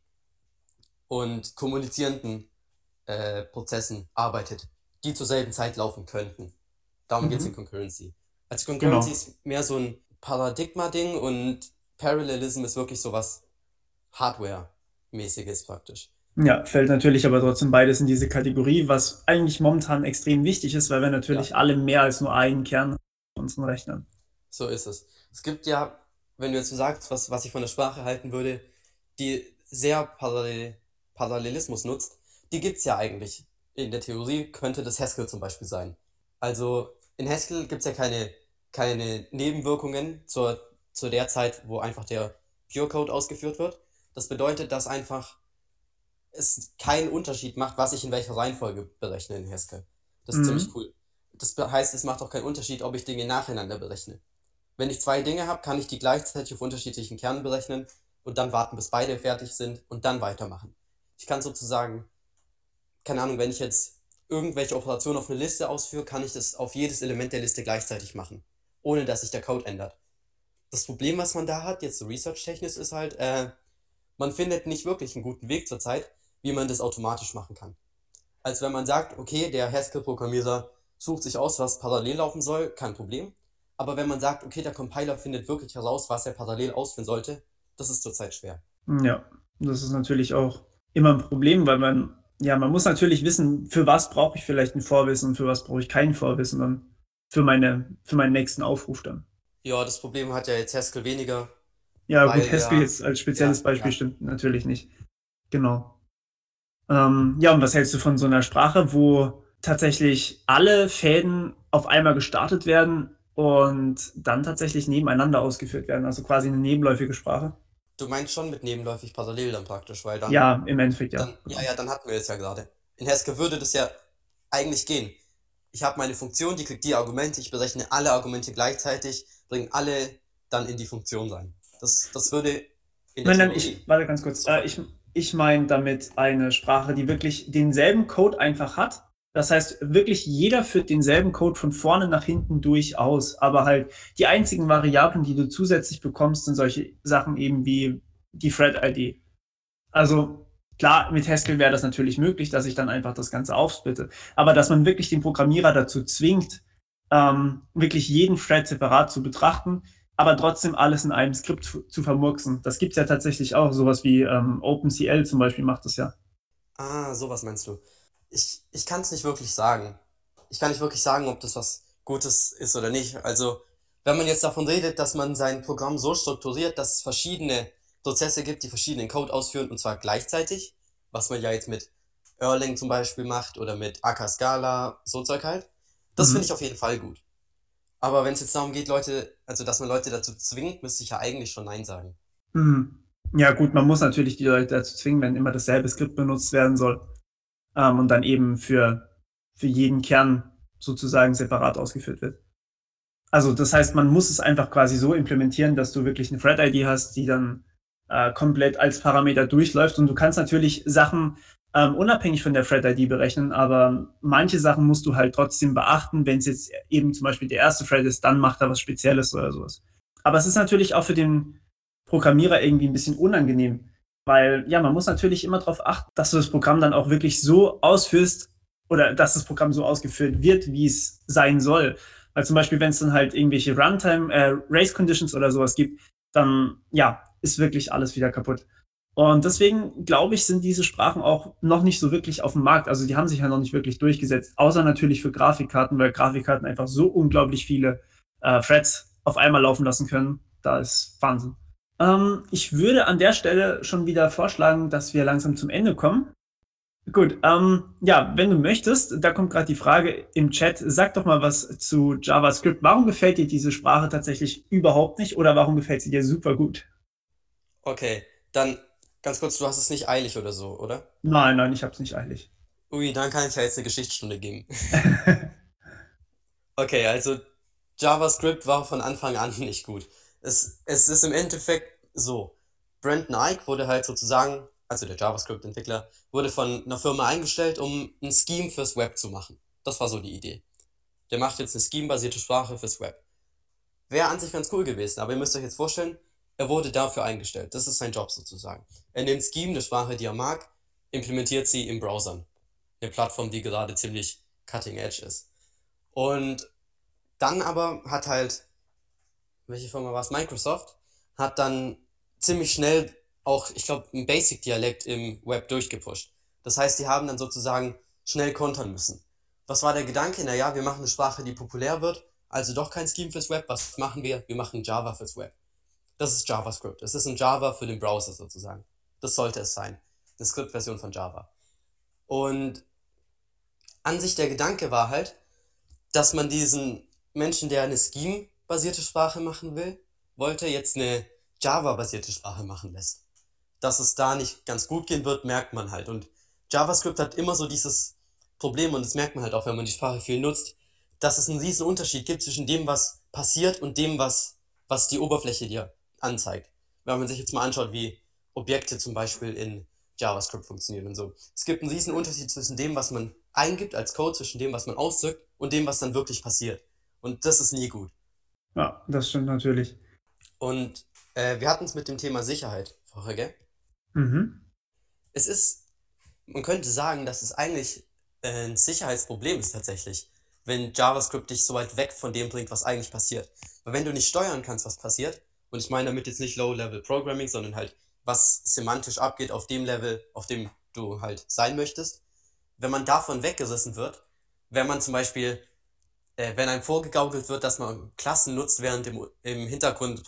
und kommunizierenden Prozessen arbeitet, die zur selben Zeit laufen könnten. Darum geht es in
Mhm.
Concurrency. Also Concurrency
Genau.
ist mehr so ein Paradigma-Ding und Parallelism ist wirklich sowas Hardware-mäßiges praktisch.
Ja, fällt natürlich aber trotzdem beides in diese Kategorie, was eigentlich momentan extrem wichtig ist, weil wir
Ja,
natürlich alle mehr als nur einen Kern haben auf unseren Rechnern.
so ist es. Es gibt ja, wenn du jetzt so sagst, was ich von der Sprache halten würde, die sehr Parallelismus nutzt, die gibt es ja eigentlich. In der Theorie könnte das Haskell zum Beispiel sein. Also in Haskell gibt es ja keine Nebenwirkungen zu der Zeit, wo einfach der Pure Code ausgeführt wird. Das bedeutet, dass einfach es keinen Unterschied macht, was ich in welcher Reihenfolge berechne in Haskell. Das ist ziemlich
Mhm.
cool. Das heißt, es macht auch keinen Unterschied, ob ich Dinge nacheinander berechne. Wenn ich zwei Dinge habe, kann ich die gleichzeitig auf unterschiedlichen Kernen berechnen und dann warten, bis beide fertig sind und dann weitermachen. Ich kann sozusagen, keine Ahnung, wenn ich jetzt irgendwelche Operationen auf eine Liste ausführe, kann ich das auf jedes Element der Liste gleichzeitig machen, ohne dass sich der Code ändert. Das Problem, was man da hat, jetzt so research-technisch, ist halt, man findet nicht wirklich einen guten Weg zurzeit, wie man das automatisch machen kann. Als wenn man sagt, okay, der Haskell-Programmierer sucht sich aus, was parallel laufen soll, kein Problem. Aber wenn man sagt, okay, der Compiler findet wirklich heraus, was er parallel ausführen sollte, das ist zurzeit schwer.
Ja, das ist natürlich auch immer ein Problem, weil man muss natürlich wissen, für was brauche ich vielleicht ein Vorwissen und für was brauche ich kein Vorwissen dann für meinen nächsten Aufruf dann.
Ja, das Problem hat ja jetzt Haskell weniger,
Ja, gut,
weil
Haskell
ja,
jetzt als spezielles
ja,
Beispiel
ja.
stimmt natürlich nicht. Genau. Ja, und was hältst du von so einer Sprache, wo tatsächlich alle Fäden auf einmal gestartet werden und dann tatsächlich nebeneinander ausgeführt werden, also quasi eine nebenläufige Sprache?
Du meinst schon mit nebenläufig parallel dann praktisch, weil
Ja, im Endeffekt ja,
ja,
genau.
ja, dann hatten wir es ja gerade. In Haskell würde das ja eigentlich gehen. Ich habe meine Funktion, die kriegt die Argumente, ich berechne alle Argumente gleichzeitig, bringe alle dann in die Funktion rein. Das würde in der
Nein, nein,
Theorie
warte ganz kurz.
sofort
Ich,
gehen.
ich meine damit eine Sprache, die wirklich denselben Code einfach hat. Das heißt, wirklich jeder führt denselben Code von vorne nach hinten durch aus. Aber halt die einzigen Variablen, die du zusätzlich bekommst, sind solche Sachen eben wie die Thread-ID. Also klar, mit Haskell wäre das natürlich möglich, dass ich dann einfach das Ganze aufsplitte. Aber dass man wirklich den Programmierer dazu zwingt, wirklich jeden Thread separat zu betrachten, aber trotzdem alles in einem Skript zu vermurksen. Das gibt es ja tatsächlich auch. Sowas wie OpenCL zum Beispiel macht das ja.
Ah, sowas meinst du. Ich kann es nicht wirklich sagen. Ich kann nicht wirklich sagen, ob das was Gutes ist oder nicht. Also, wenn man jetzt davon redet, dass man sein Programm so strukturiert, dass es verschiedene Prozesse gibt, die verschiedenen Code ausführen, und zwar gleichzeitig, was man ja jetzt mit Erlang zum Beispiel macht oder mit Akka Scala, so Zeug halt, das finde ich
Mhm.
auf jeden Fall gut. Aber wenn es jetzt darum geht, also dass man Leute dazu zwingt, müsste ich ja eigentlich schon Nein sagen.
Mhm. Ja gut, man muss natürlich die Leute dazu zwingen, wenn immer dasselbe Skript benutzt werden soll und dann eben für jeden Kern sozusagen separat ausgeführt wird. Also das heißt, man muss es einfach quasi so implementieren, dass du wirklich eine Thread-ID hast, die dann komplett als Parameter durchläuft. Und du kannst natürlich Sachen unabhängig von der Thread-ID berechnen, aber manche Sachen musst du halt trotzdem beachten. Wenn es jetzt eben zum Beispiel der erste Thread ist, dann macht er was Spezielles oder sowas. Aber es ist natürlich auch für den Programmierer irgendwie ein bisschen unangenehm, weil ja, man muss natürlich immer darauf achten, dass du das Programm dann auch wirklich so ausführst oder dass das Programm so ausgeführt wird, wie es sein soll. Weil zum Beispiel, wenn es dann halt irgendwelche Runtime, Race Conditions oder sowas gibt, dann ja, ist wirklich alles wieder kaputt. Und deswegen glaube ich, sind diese Sprachen auch noch nicht so wirklich auf dem Markt. Also die haben sich ja noch nicht wirklich durchgesetzt, außer natürlich für Grafikkarten, weil Grafikkarten einfach so unglaublich viele Threads auf einmal laufen lassen können. Da ist Wahnsinn. Ich würde an der Stelle schon wieder vorschlagen, dass wir langsam zum Ende kommen. Gut, ja, wenn du möchtest, da kommt gerade die Frage im Chat, sag doch mal was zu JavaScript. Warum gefällt dir diese Sprache tatsächlich überhaupt nicht oder warum gefällt sie dir super gut?
Okay, dann ganz kurz, du hast es nicht eilig oder so, oder?
Nein, nein, ich hab's nicht eilig.
Ui, dann kann ich ja jetzt eine Geschichtsstunde geben. Okay, also JavaScript war von Anfang an nicht gut. Es ist im Endeffekt so. Brandon Eich wurde halt sozusagen, also der JavaScript-Entwickler, wurde von einer Firma eingestellt, um ein Scheme fürs Web zu machen. Das war so die Idee. Der macht jetzt eine Scheme-basierte Sprache fürs Web. Wäre an sich ganz cool gewesen, aber ihr müsst euch jetzt vorstellen, er wurde dafür eingestellt. Das ist sein Job sozusagen. Er nimmt Scheme, eine Sprache, die er mag, implementiert sie in Browsern. Eine Plattform, die gerade ziemlich cutting edge ist. Und dann aber hat halt, welche Firma war es? Microsoft, hat dann ziemlich schnell auch, ich glaube, ein Basic-Dialekt im Web durchgepusht. Das heißt, die haben dann sozusagen schnell kontern müssen. Was war der Gedanke? Naja, wir machen eine Sprache, die populär wird, also doch kein Scheme fürs Web. Was machen wir? Wir machen Java fürs Web. Das ist JavaScript. Es ist ein Java für den Browser sozusagen. Das sollte es sein. Eine Skriptversion von Java. Und an sich der Gedanke war halt, dass man diesen Menschen, der eine Scheme-basierte Sprache machen wollte, jetzt eine Java-basierte Sprache machen lässt. Dass es da nicht ganz gut gehen wird, merkt man halt. Und JavaScript hat immer so dieses Problem, und das merkt man halt auch, wenn man die Sprache viel nutzt, dass es einen riesen Unterschied gibt zwischen dem, was passiert und dem, was die Oberfläche dir anzeigt. Wenn man sich jetzt mal anschaut, wie Objekte zum Beispiel in JavaScript funktionieren und so. Es gibt einen riesen Unterschied zwischen dem, was man eingibt als Code, zwischen dem, was man ausdrückt und dem, was dann wirklich passiert. Und das ist nie gut.
Ja, das stimmt natürlich.
Und wir hatten es mit dem Thema Sicherheit vorher, gell?
Mhm.
Es ist, man könnte sagen, dass es eigentlich ein Sicherheitsproblem ist tatsächlich, wenn JavaScript dich so weit weg von dem bringt, was eigentlich passiert. Weil wenn du nicht steuern kannst, was passiert, und ich meine damit jetzt nicht Low-Level Programming, sondern halt, was semantisch abgeht auf dem Level, auf dem du halt sein möchtest, wenn man davon weggerissen wird, wenn man zum Beispiel, wenn einem vorgegaukelt wird, dass man Klassen nutzt, während im Hintergrund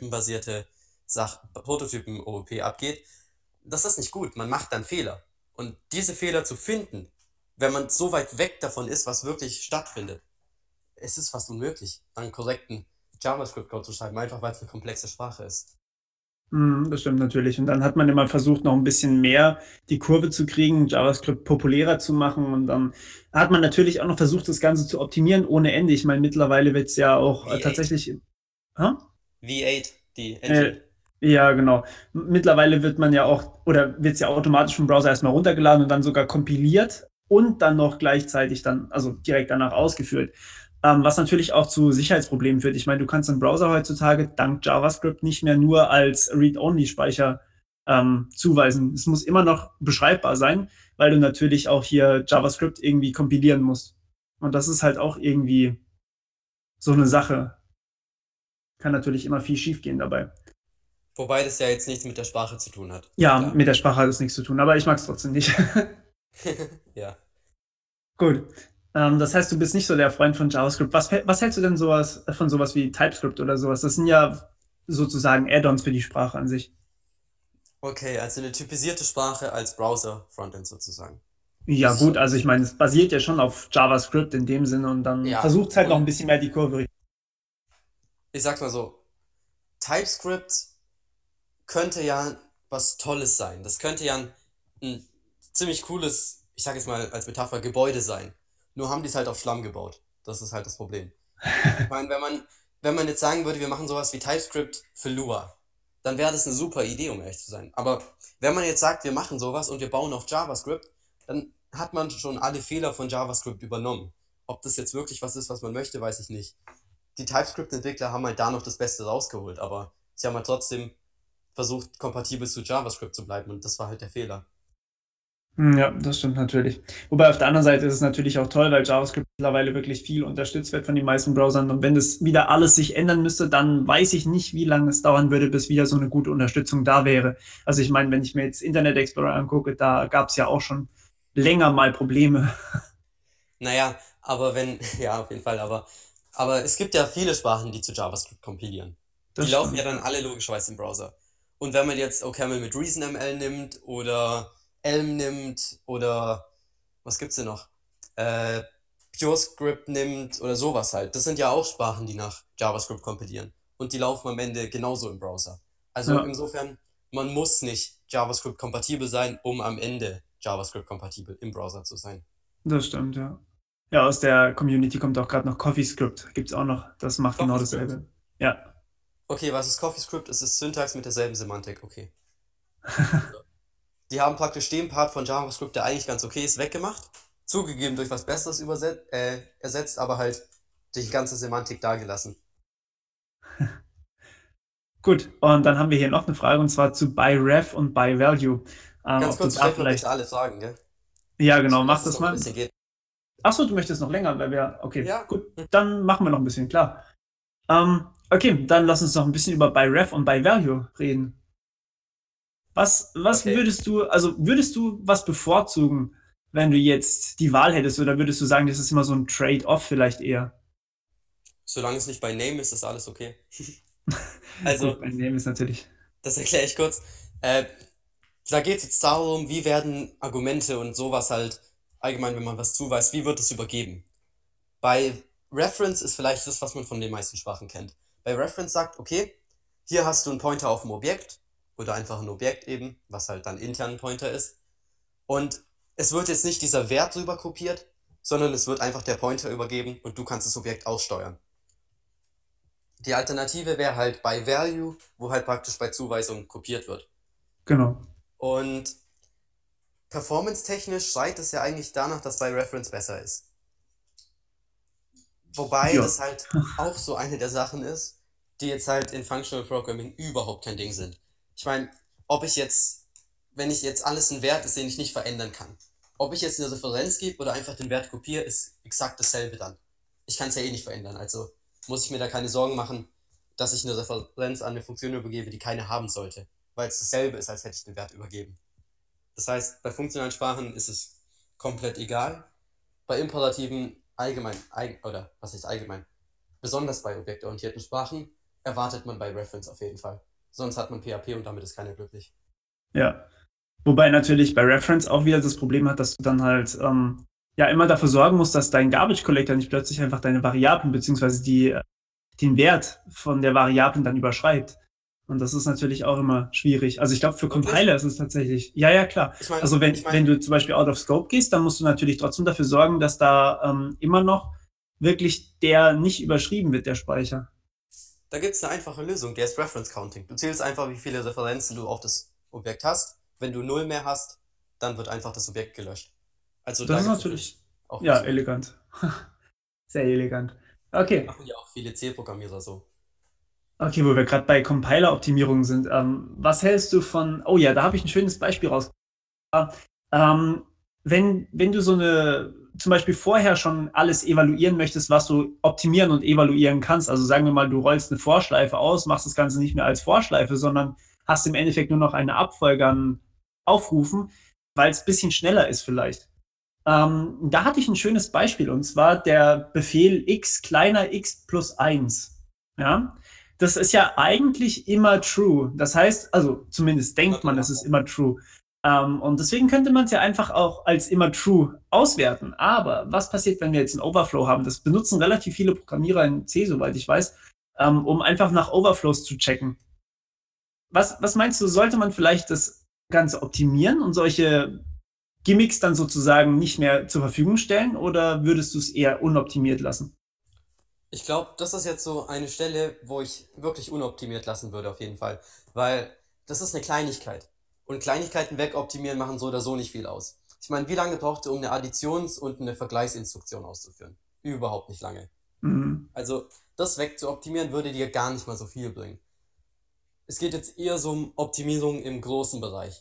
Prototypen-OOP abgeht, das ist nicht gut. Man macht dann Fehler. Und diese Fehler zu finden, wenn man so weit weg davon ist, was wirklich stattfindet, es ist fast unmöglich, einen korrekten JavaScript-Code zu schreiben, einfach weil es eine komplexe Sprache ist.
Das stimmt natürlich. Und dann hat man immer versucht, noch ein bisschen mehr die Kurve zu kriegen, JavaScript populärer zu machen. Und dann hat man natürlich auch noch versucht, das Ganze zu optimieren ohne Ende. Ich meine, mittlerweile wird es ja auch
V8,
tatsächlich. Hä?
V8, die
Äh,
Engine.
ja, genau. Mittlerweile wird man ja auch, oder wird es ja automatisch vom Browser erstmal runtergeladen und dann sogar kompiliert und dann noch gleichzeitig dann, also direkt danach ausgeführt. Was natürlich auch zu Sicherheitsproblemen führt. Ich meine, du kannst den Browser heutzutage dank JavaScript nicht mehr nur als Read-Only-Speicher zuweisen. Es muss immer noch beschreibbar sein, weil du natürlich auch hier JavaScript irgendwie kompilieren musst. Und das ist halt auch irgendwie so eine Sache. Kann natürlich immer viel schiefgehen dabei.
Wobei das ja jetzt nichts mit der Sprache zu tun hat.
Ja,
Klar.
mit der Sprache hat es nichts zu tun, aber ich mag es trotzdem nicht.
Ja.
Gut. Das heißt, du bist nicht so der Freund von JavaScript. Was hältst du denn von sowas wie TypeScript oder sowas? Das sind ja sozusagen Add-ons für die Sprache an sich.
Okay, also eine typisierte Sprache als Browser-Frontend sozusagen.
Ja,
Das,
gut, also ich meine, es basiert ja schon auf JavaScript in dem Sinne und dann
ja,
versucht es halt noch ein
und
bisschen mehr die Kurve.
ich sag's mal so, TypeScript könnte ja was Tolles sein. Das könnte ja ein ziemlich cooles, ich sag jetzt mal als Metapher, Gebäude sein. Nur haben die es halt auf Schlamm gebaut. Das ist halt das Problem. Ich meine, wenn man jetzt sagen würde, wir machen sowas wie TypeScript für Lua, dann wäre das eine super Idee, um ehrlich zu sein. Aber wenn man jetzt sagt, wir machen sowas und wir bauen auf JavaScript, dann hat man schon alle Fehler von JavaScript übernommen. Ob das jetzt wirklich was ist, was man möchte, weiß ich nicht. Die TypeScript-Entwickler haben halt da noch das Beste rausgeholt, aber sie haben halt trotzdem versucht, kompatibel zu JavaScript zu bleiben, und das war halt der Fehler.
Ja, das stimmt natürlich. Wobei auf der anderen Seite ist es natürlich auch toll, weil JavaScript mittlerweile wirklich viel unterstützt wird von den meisten Browsern. Und wenn das wieder alles sich ändern müsste, dann weiß ich nicht, wie lange es dauern würde, bis wieder so eine gute Unterstützung da wäre. Also ich meine, wenn ich mir jetzt Internet Explorer angucke, da gab es ja auch schon länger mal Probleme.
Naja, aber wenn, ja, auf jeden Fall, aber es gibt ja viele Sprachen, die zu JavaScript kompilieren. Die
Das
laufen ja
stimmt.
dann alle logischerweise im Browser. Und wenn man jetzt OCaml mit ReasonML nimmt oder Elm nimmt oder was gibt's denn noch? Äh, PureScript nimmt oder sowas halt. Das sind ja auch Sprachen, die nach JavaScript kompilieren. Und die laufen am Ende genauso im Browser. Also
Ja,
insofern, man muss nicht JavaScript-kompatibel sein, um am Ende JavaScript-kompatibel im Browser zu sein.
das stimmt, ja. Ja, aus der Community kommt auch gerade noch CoffeeScript. Gibt es auch noch. Das macht genau
CoffeeScript.
dasselbe. Ja.
Okay, was ist CoffeeScript? Es ist Syntax mit derselben Semantik. Okay. Also, die haben praktisch den Part von JavaScript, der eigentlich ganz okay ist, weggemacht. Zugegeben durch was Besseres ersetzt, aber halt die ganze Semantik dagelassen.
Gut, und dann haben wir hier noch eine Frage und zwar zu ByRef und ByValue.
Ganz
Ob du
kurz,
da
stellt mal bitte
vielleicht.
alle Fragen, gell?
Ja,
Ich
genau,
will, dass
mach
es
das
noch ein
mal.
bisschen geht.
Achso, du möchtest noch länger, weil wir. Okay,
Ja,
gut, dann machen wir noch ein bisschen, klar. Okay, dann lass uns noch ein bisschen über ByRef und ByValue reden. Was
okay.
würdest du, also würdest du was bevorzugen, wenn du jetzt die Wahl hättest, oder würdest du sagen, das ist immer so ein Trade-off vielleicht eher?
Solange es nicht bei Name ist, ist alles okay.
Gut,
Also,
mein Name ist natürlich.
das erkläre ich kurz. Äh, Da geht es jetzt darum, wie werden Argumente und sowas halt, allgemein, wenn man was zuweist, wie wird es übergeben? Bei Reference ist vielleicht das, was man von den meisten Sprachen kennt. Bei Reference sagt, okay, hier hast du einen Pointer auf ein Objekt oder einfach ein Objekt eben, was halt dann intern ein Pointer ist. Und es wird jetzt nicht dieser Wert drüber kopiert, sondern es wird einfach der Pointer übergeben und du kannst das Objekt aussteuern. Die Alternative wäre halt bei Value, wo halt praktisch bei Zuweisung kopiert wird.
Genau.
Und performance-technisch schreit es ja eigentlich danach, dass bei Reference besser ist. Wobei
Ja.
das halt auch so eine der Sachen ist, die jetzt halt in Functional Programming überhaupt kein Ding sind. Ich meine, ob ich jetzt, wenn ich jetzt alles ein Wert ist, den ich nicht verändern kann, ob ich jetzt eine Referenz gebe oder einfach den Wert kopiere, ist exakt dasselbe dann. Ich kann es ja eh nicht verändern, also muss ich mir da keine Sorgen machen, dass ich eine Referenz an eine Funktion übergebe, die keine haben sollte, weil es dasselbe ist, als hätte ich den Wert übergeben. Das heißt, bei funktionalen Sprachen ist es komplett egal. Bei imperativen allgemein, oder was heißt allgemein, besonders bei objektorientierten Sprachen, erwartet man bei Reference auf jeden Fall. Sonst hat man PHP und damit ist keiner glücklich.
Ja. Wobei natürlich bei Reference auch wieder das Problem hat, dass du dann halt ja immer dafür sorgen musst, dass dein Garbage Collector nicht plötzlich einfach deine Variablen beziehungsweise den Wert von der Variablen dann überschreibt. Und das ist natürlich auch immer schwierig. Also ich glaube, für
Wirklich?
Compiler ist es tatsächlich, ja, ja, klar.
Ich meine,
Also
ich
wenn
meine,
du zum Beispiel out of scope gehst, dann musst du natürlich trotzdem dafür sorgen, dass da immer noch wirklich der nicht überschrieben wird, der Speicher.
da gibt es eine einfache Lösung, der ist Reference Counting. Du zählst einfach, wie viele Referenzen du auf das Objekt hast. Wenn du null mehr hast, dann wird einfach das Objekt gelöscht. Also
Das
da
ist
gibt es natürlich
natürlich,
auch
ja,
Lösungen.
elegant. Sehr elegant. Okay.
Machen ja auch viele C-Programmierer so.
Okay, wo wir gerade bei Compiler-Optimierung sind. Was hältst du von, oh ja, da habe ich ein schönes Beispiel raus. Ähm, wenn du so eine, zum Beispiel vorher schon alles evaluieren möchtest, was du optimieren und evaluieren kannst, also sagen wir mal, du rollst eine Vorschleife aus, machst das Ganze nicht mehr als Vorschleife, sondern hast im Endeffekt nur noch eine Abfolge an Aufrufen, weil es ein bisschen schneller ist vielleicht. Da hatte ich ein schönes Beispiel und zwar der Befehl x kleiner x plus eins. Ja, das ist ja eigentlich immer true. Das heißt, also zumindest denkt man, es ist immer true. Und deswegen könnte man es ja einfach auch als immer true auswerten. Aber was passiert, wenn wir jetzt einen Overflow haben? Das benutzen relativ viele Programmierer in C, soweit ich weiß, um einfach nach Overflows zu checken. Was meinst du, sollte man vielleicht das Ganze optimieren und solche Gimmicks dann sozusagen nicht mehr zur Verfügung stellen oder würdest du es eher unoptimiert lassen?
Ich glaube, das ist jetzt so eine Stelle, wo ich wirklich unoptimiert lassen würde, auf jeden Fall. Weil das ist eine Kleinigkeit. Und Kleinigkeiten wegoptimieren machen so oder so nicht viel aus. Ich meine, wie lange braucht ihr, um eine Additions- und eine Vergleichsinstruktion auszuführen? Überhaupt nicht lange.
Mhm.
Also, das wegzuoptimieren würde dir gar nicht mal so viel bringen. Es geht jetzt eher so um Optimierung im großen Bereich.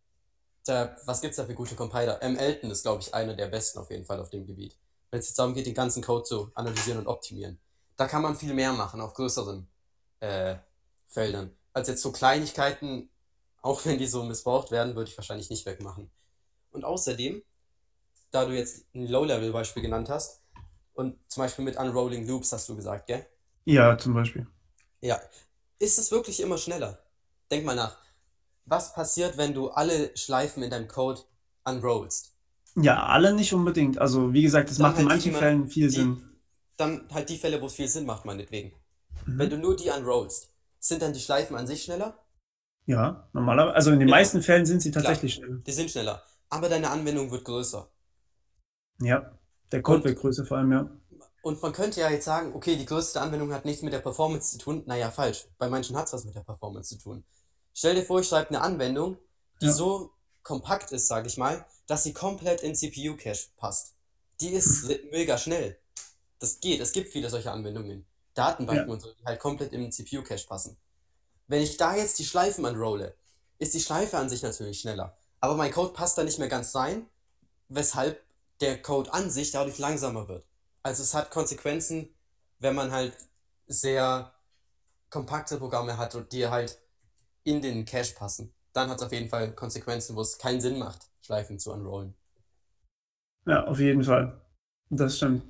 Was gibt's da für gute Compiler? Elton ist, glaube ich, einer der besten auf jeden Fall auf dem Gebiet. Wenn es jetzt darum geht, den ganzen Code zu analysieren und optimieren. Da kann man viel mehr machen auf größeren äh, Feldern. Als jetzt so Kleinigkeiten, auch wenn die so missbraucht werden, würde ich wahrscheinlich nicht wegmachen. Und außerdem, da du jetzt ein Low-Level-Beispiel genannt hast, und zum Beispiel mit Unrolling Loops hast du gesagt, gell?
Ja, zum Beispiel.
Ja. Ist es wirklich immer schneller? Denk mal nach. was passiert, wenn du alle Schleifen in deinem Code unrollst?
Ja, alle nicht unbedingt. Also, wie gesagt, das
Dann
macht in
halt die,
manchen Fällen viel
die,
Sinn.
dann halt die Fälle, wo es viel Sinn macht, meinetwegen. Wenn du
Mhm.
nur die unrollst, sind dann die Schleifen an sich schneller?
Ja, normalerweise, also in den
Genau,
meisten Fällen sind sie
klar,
tatsächlich schneller.
die sind schneller. Aber deine Anwendung wird größer.
Ja, der Code
Und,
wird größer vor allem, ja.
und man könnte ja jetzt sagen, okay, die größte Anwendung hat nichts mit der Performance zu tun. Naja, falsch. Bei manchen hat es was mit der Performance zu tun. Stell dir vor, ich schreibe eine Anwendung, die
Ja.
so kompakt ist, sage ich mal, dass sie komplett in CPU-Cache passt. Die ist mega schnell. Das geht. Es gibt viele solche Anwendungen.
Ja,
Datenbanken und so, die halt komplett im CPU-Cache passen. Wenn ich da jetzt die Schleifen unrolle, ist die Schleife an sich natürlich schneller. Aber mein Code passt da nicht mehr ganz rein, weshalb der Code an sich dadurch langsamer wird. Also es hat Konsequenzen, wenn man halt sehr kompakte Programme hat und die halt in den Cache passen. Dann hat es auf jeden Fall Konsequenzen, wo es keinen Sinn macht, Schleifen zu unrollen.
ja, auf jeden Fall. Das stimmt.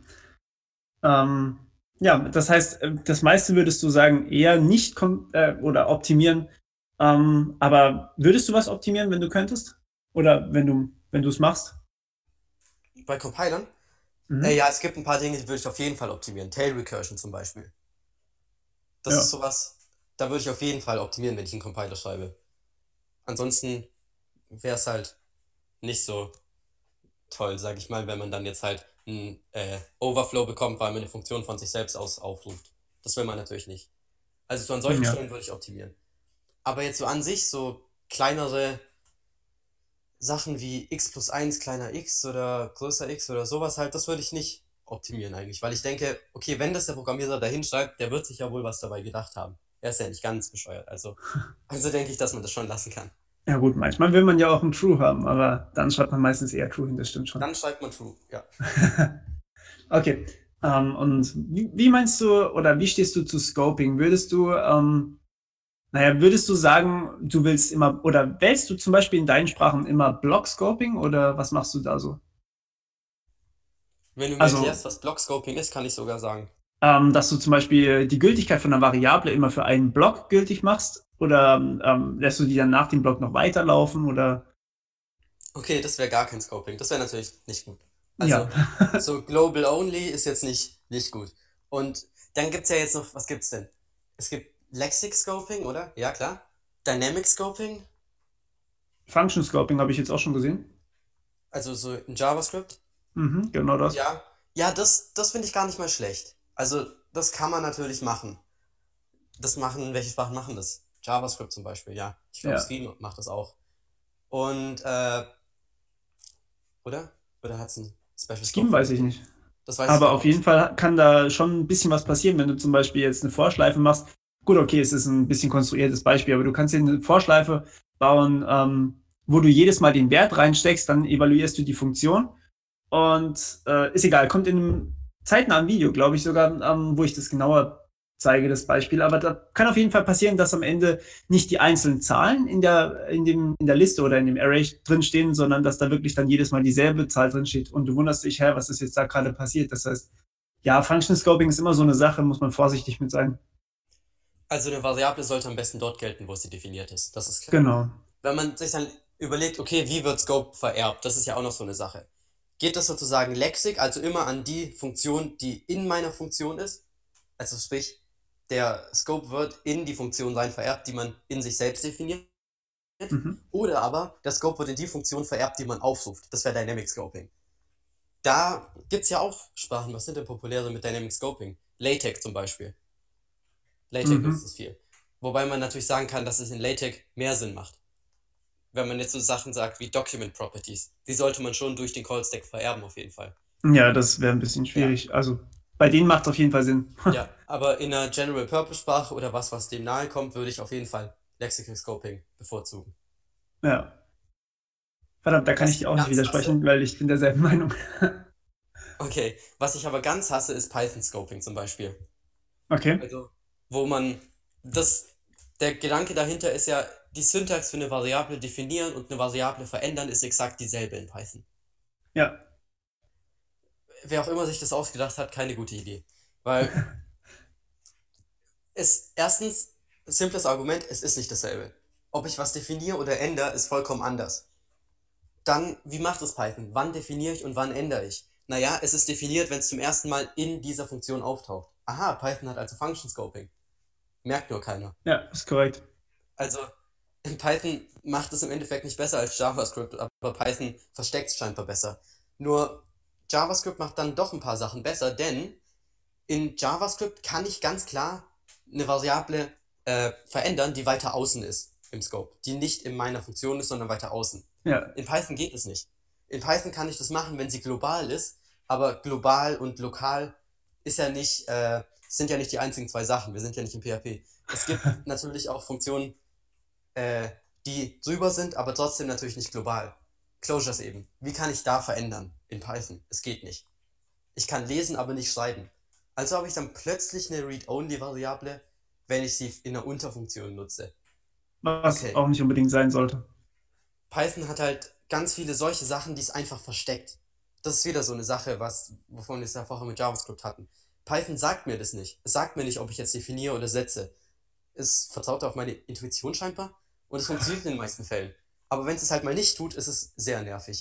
Ähm, ja, das heißt, das meiste würdest du sagen, eher nicht oder optimieren. Aber würdest du was optimieren, wenn du könntest? Oder wenn du es machst?
Bei Compilern,
Mhm.
ja, es gibt ein paar Dinge, die würde ich auf jeden Fall optimieren. Tail Recursion zum Beispiel. Das ist
Ja.
sowas, da würde ich auf jeden Fall optimieren, wenn ich einen Compiler schreibe. Ansonsten wäre es halt nicht so toll, sag ich mal, wenn man dann jetzt halt einen Overflow bekommt, weil man eine Funktion von sich selbst aus aufruft. Das will man natürlich nicht. Also so an solchen
Ja.
Stellen würde ich optimieren. Aber jetzt so an sich, so kleinere Sachen wie x plus eins kleiner x oder größer x oder sowas halt, das würde ich nicht optimieren eigentlich, weil ich denke, okay, wenn das der Programmierer dahin schreibt, der wird sich ja wohl was dabei gedacht haben. Er ist ja nicht ganz bescheuert, also denke ich, dass man das schon lassen kann.
Ja gut, manchmal will man ja auch ein True haben, aber dann schreibt man meistens eher True hin, das stimmt schon.
Dann schreibt man true, ja.
Okay. Und wie meinst du oder wie stehst du zu Scoping? Würdest du sagen, du willst immer oder wählst du zum Beispiel in deinen Sprachen immer Block-Scoping oder was machst du da so?
Wenn du mir
Also,
erklärst, was Blockscoping ist, kann ich sogar sagen.
dass du zum Beispiel die Gültigkeit von einer Variable immer für einen Block gültig machst oder lässt du die dann nach dem Block noch weiterlaufen oder
Okay, das wäre gar kein Scoping. Das wäre natürlich nicht gut.
ja.
Also, so Global Only ist jetzt nicht gut. Und dann gibt's ja jetzt noch, was gibt's denn? Es gibt Lexic Scoping, oder? Ja, klar. Dynamic Scoping,
Function Scoping habe ich jetzt auch schon gesehen.
also so in JavaScript.
Mhm, genau das.
Ja. Ja, das finde ich gar nicht mal schlecht. Also, das kann man natürlich machen. Welche Sprachen machen das? JavaScript zum Beispiel, ja. Ich glaube,
Ja.
Scheme macht das auch. Und, oder? Oder hat's ein Special Scope
Scheme
für
weiß ich
Looking?
nicht.
Das weiß ich
Aber
gerade
auf
auch
jeden
nicht.
Fall kann da schon ein bisschen was passieren, wenn du zum Beispiel jetzt eine Vorschleife machst. Gut, okay, es ist ein bisschen konstruiertes Beispiel, aber du kannst dir eine Vorschleife bauen, wo du jedes Mal den Wert reinsteckst, dann evaluierst du die Funktion und ist egal, kommt in einem zeitnahen Video, glaube ich sogar, wo ich das genauer zeige, das Beispiel. Aber da kann auf jeden Fall passieren, dass am Ende nicht die einzelnen Zahlen in der Liste oder in dem Array drinstehen, sondern dass da wirklich dann jedes Mal dieselbe Zahl drinsteht. Und du wunderst dich, hä, was ist jetzt da gerade passiert? Das heißt, ja, Function Scoping ist immer so eine Sache, muss man vorsichtig mit sein.
Also eine Variable sollte am besten dort gelten, wo sie definiert ist. Das ist klar.
Genau.
Wenn man sich dann überlegt, okay, wie wird Scope vererbt? Das ist ja auch noch so eine Sache. Geht das sozusagen lexic, also immer an die Funktion, die in meiner Funktion ist? Also sprich, der Scope wird in die Funktion rein vererbt, die man in sich selbst definiert.
Mhm.
Oder aber der Scope wird in die Funktion vererbt, die man aufruft. Das wäre Dynamic Scoping. Da gibt es ja auch Sprachen. Was sind denn populäre mit Dynamic Scoping? LaTeX zum Beispiel. LaTeX nutzt
Mhm.
es viel. Wobei man natürlich sagen kann, dass es in LaTeX mehr Sinn macht. Wenn man jetzt so Sachen sagt wie Document Properties. Die sollte man schon durch den Call-Stack vererben, auf jeden Fall.
Ja, das wäre ein bisschen
Ja.
schwierig. Also bei denen macht es auf jeden Fall Sinn.
Ja, aber in einer General-Purpose-Sprache oder was dem nahe kommt, würde ich auf jeden Fall Lexical Scoping bevorzugen.
Ja. Verdammt, da kann
Was
ich
ich
dir
aber
auch nicht
ganz hasse,
widersprechen, weil ich bin derselben Meinung.
okay, was ich aber ganz hasse, ist Python Scoping zum Beispiel.
Okay.
Also, wo man das, der Gedanke dahinter ist ja, die Syntax für eine Variable definieren und eine Variable verändern ist exakt dieselbe in Python.
Ja.
Wer auch immer sich das ausgedacht hat, keine gute Idee. Weil erstens, simples Argument, es ist nicht dasselbe. ob ich was definiere oder ändere, ist vollkommen anders. Dann, wie macht es Python? Wann definiere ich und wann ändere ich? Naja, es ist definiert, wenn es zum ersten Mal in dieser Funktion auftaucht. Aha, Python hat also Function Scoping. Merkt nur keiner.
Ja, ist korrekt.
Also, Python macht es im Endeffekt nicht besser als JavaScript, aber Python versteckt es scheinbar besser. Nur JavaScript macht dann doch ein paar Sachen besser, denn in JavaScript kann ich ganz klar eine Variable verändern, die weiter außen ist im Scope, die nicht in meiner Funktion ist, sondern weiter außen.
Ja,
In Python geht es nicht. In Python kann ich das machen, wenn sie global ist, aber global und lokal ist ja nicht, sind ja nicht die einzigen zwei Sachen. Wir sind ja nicht in PHP. Es gibt natürlich auch Funktionen, äh, die drüber sind, aber trotzdem natürlich nicht global. Closures eben. Wie kann ich da verändern in Python? Es geht nicht. Ich kann lesen, aber nicht schreiben. Also habe ich dann plötzlich eine Read-Only-Variable, wenn ich sie in einer Unterfunktion nutze.
was
Okay.
auch nicht unbedingt sein sollte.
Python hat halt ganz viele solche Sachen, die es einfach versteckt. Das ist wieder so eine Sache, wovon wir es ja vorher mit JavaScript hatten. Python sagt mir das nicht. Es sagt mir nicht, ob ich jetzt definiere oder setze. Es vertraut auf meine Intuition scheinbar und es funktioniert in den meisten Fällen. Aber wenn es halt mal nicht tut, ist es sehr nervig.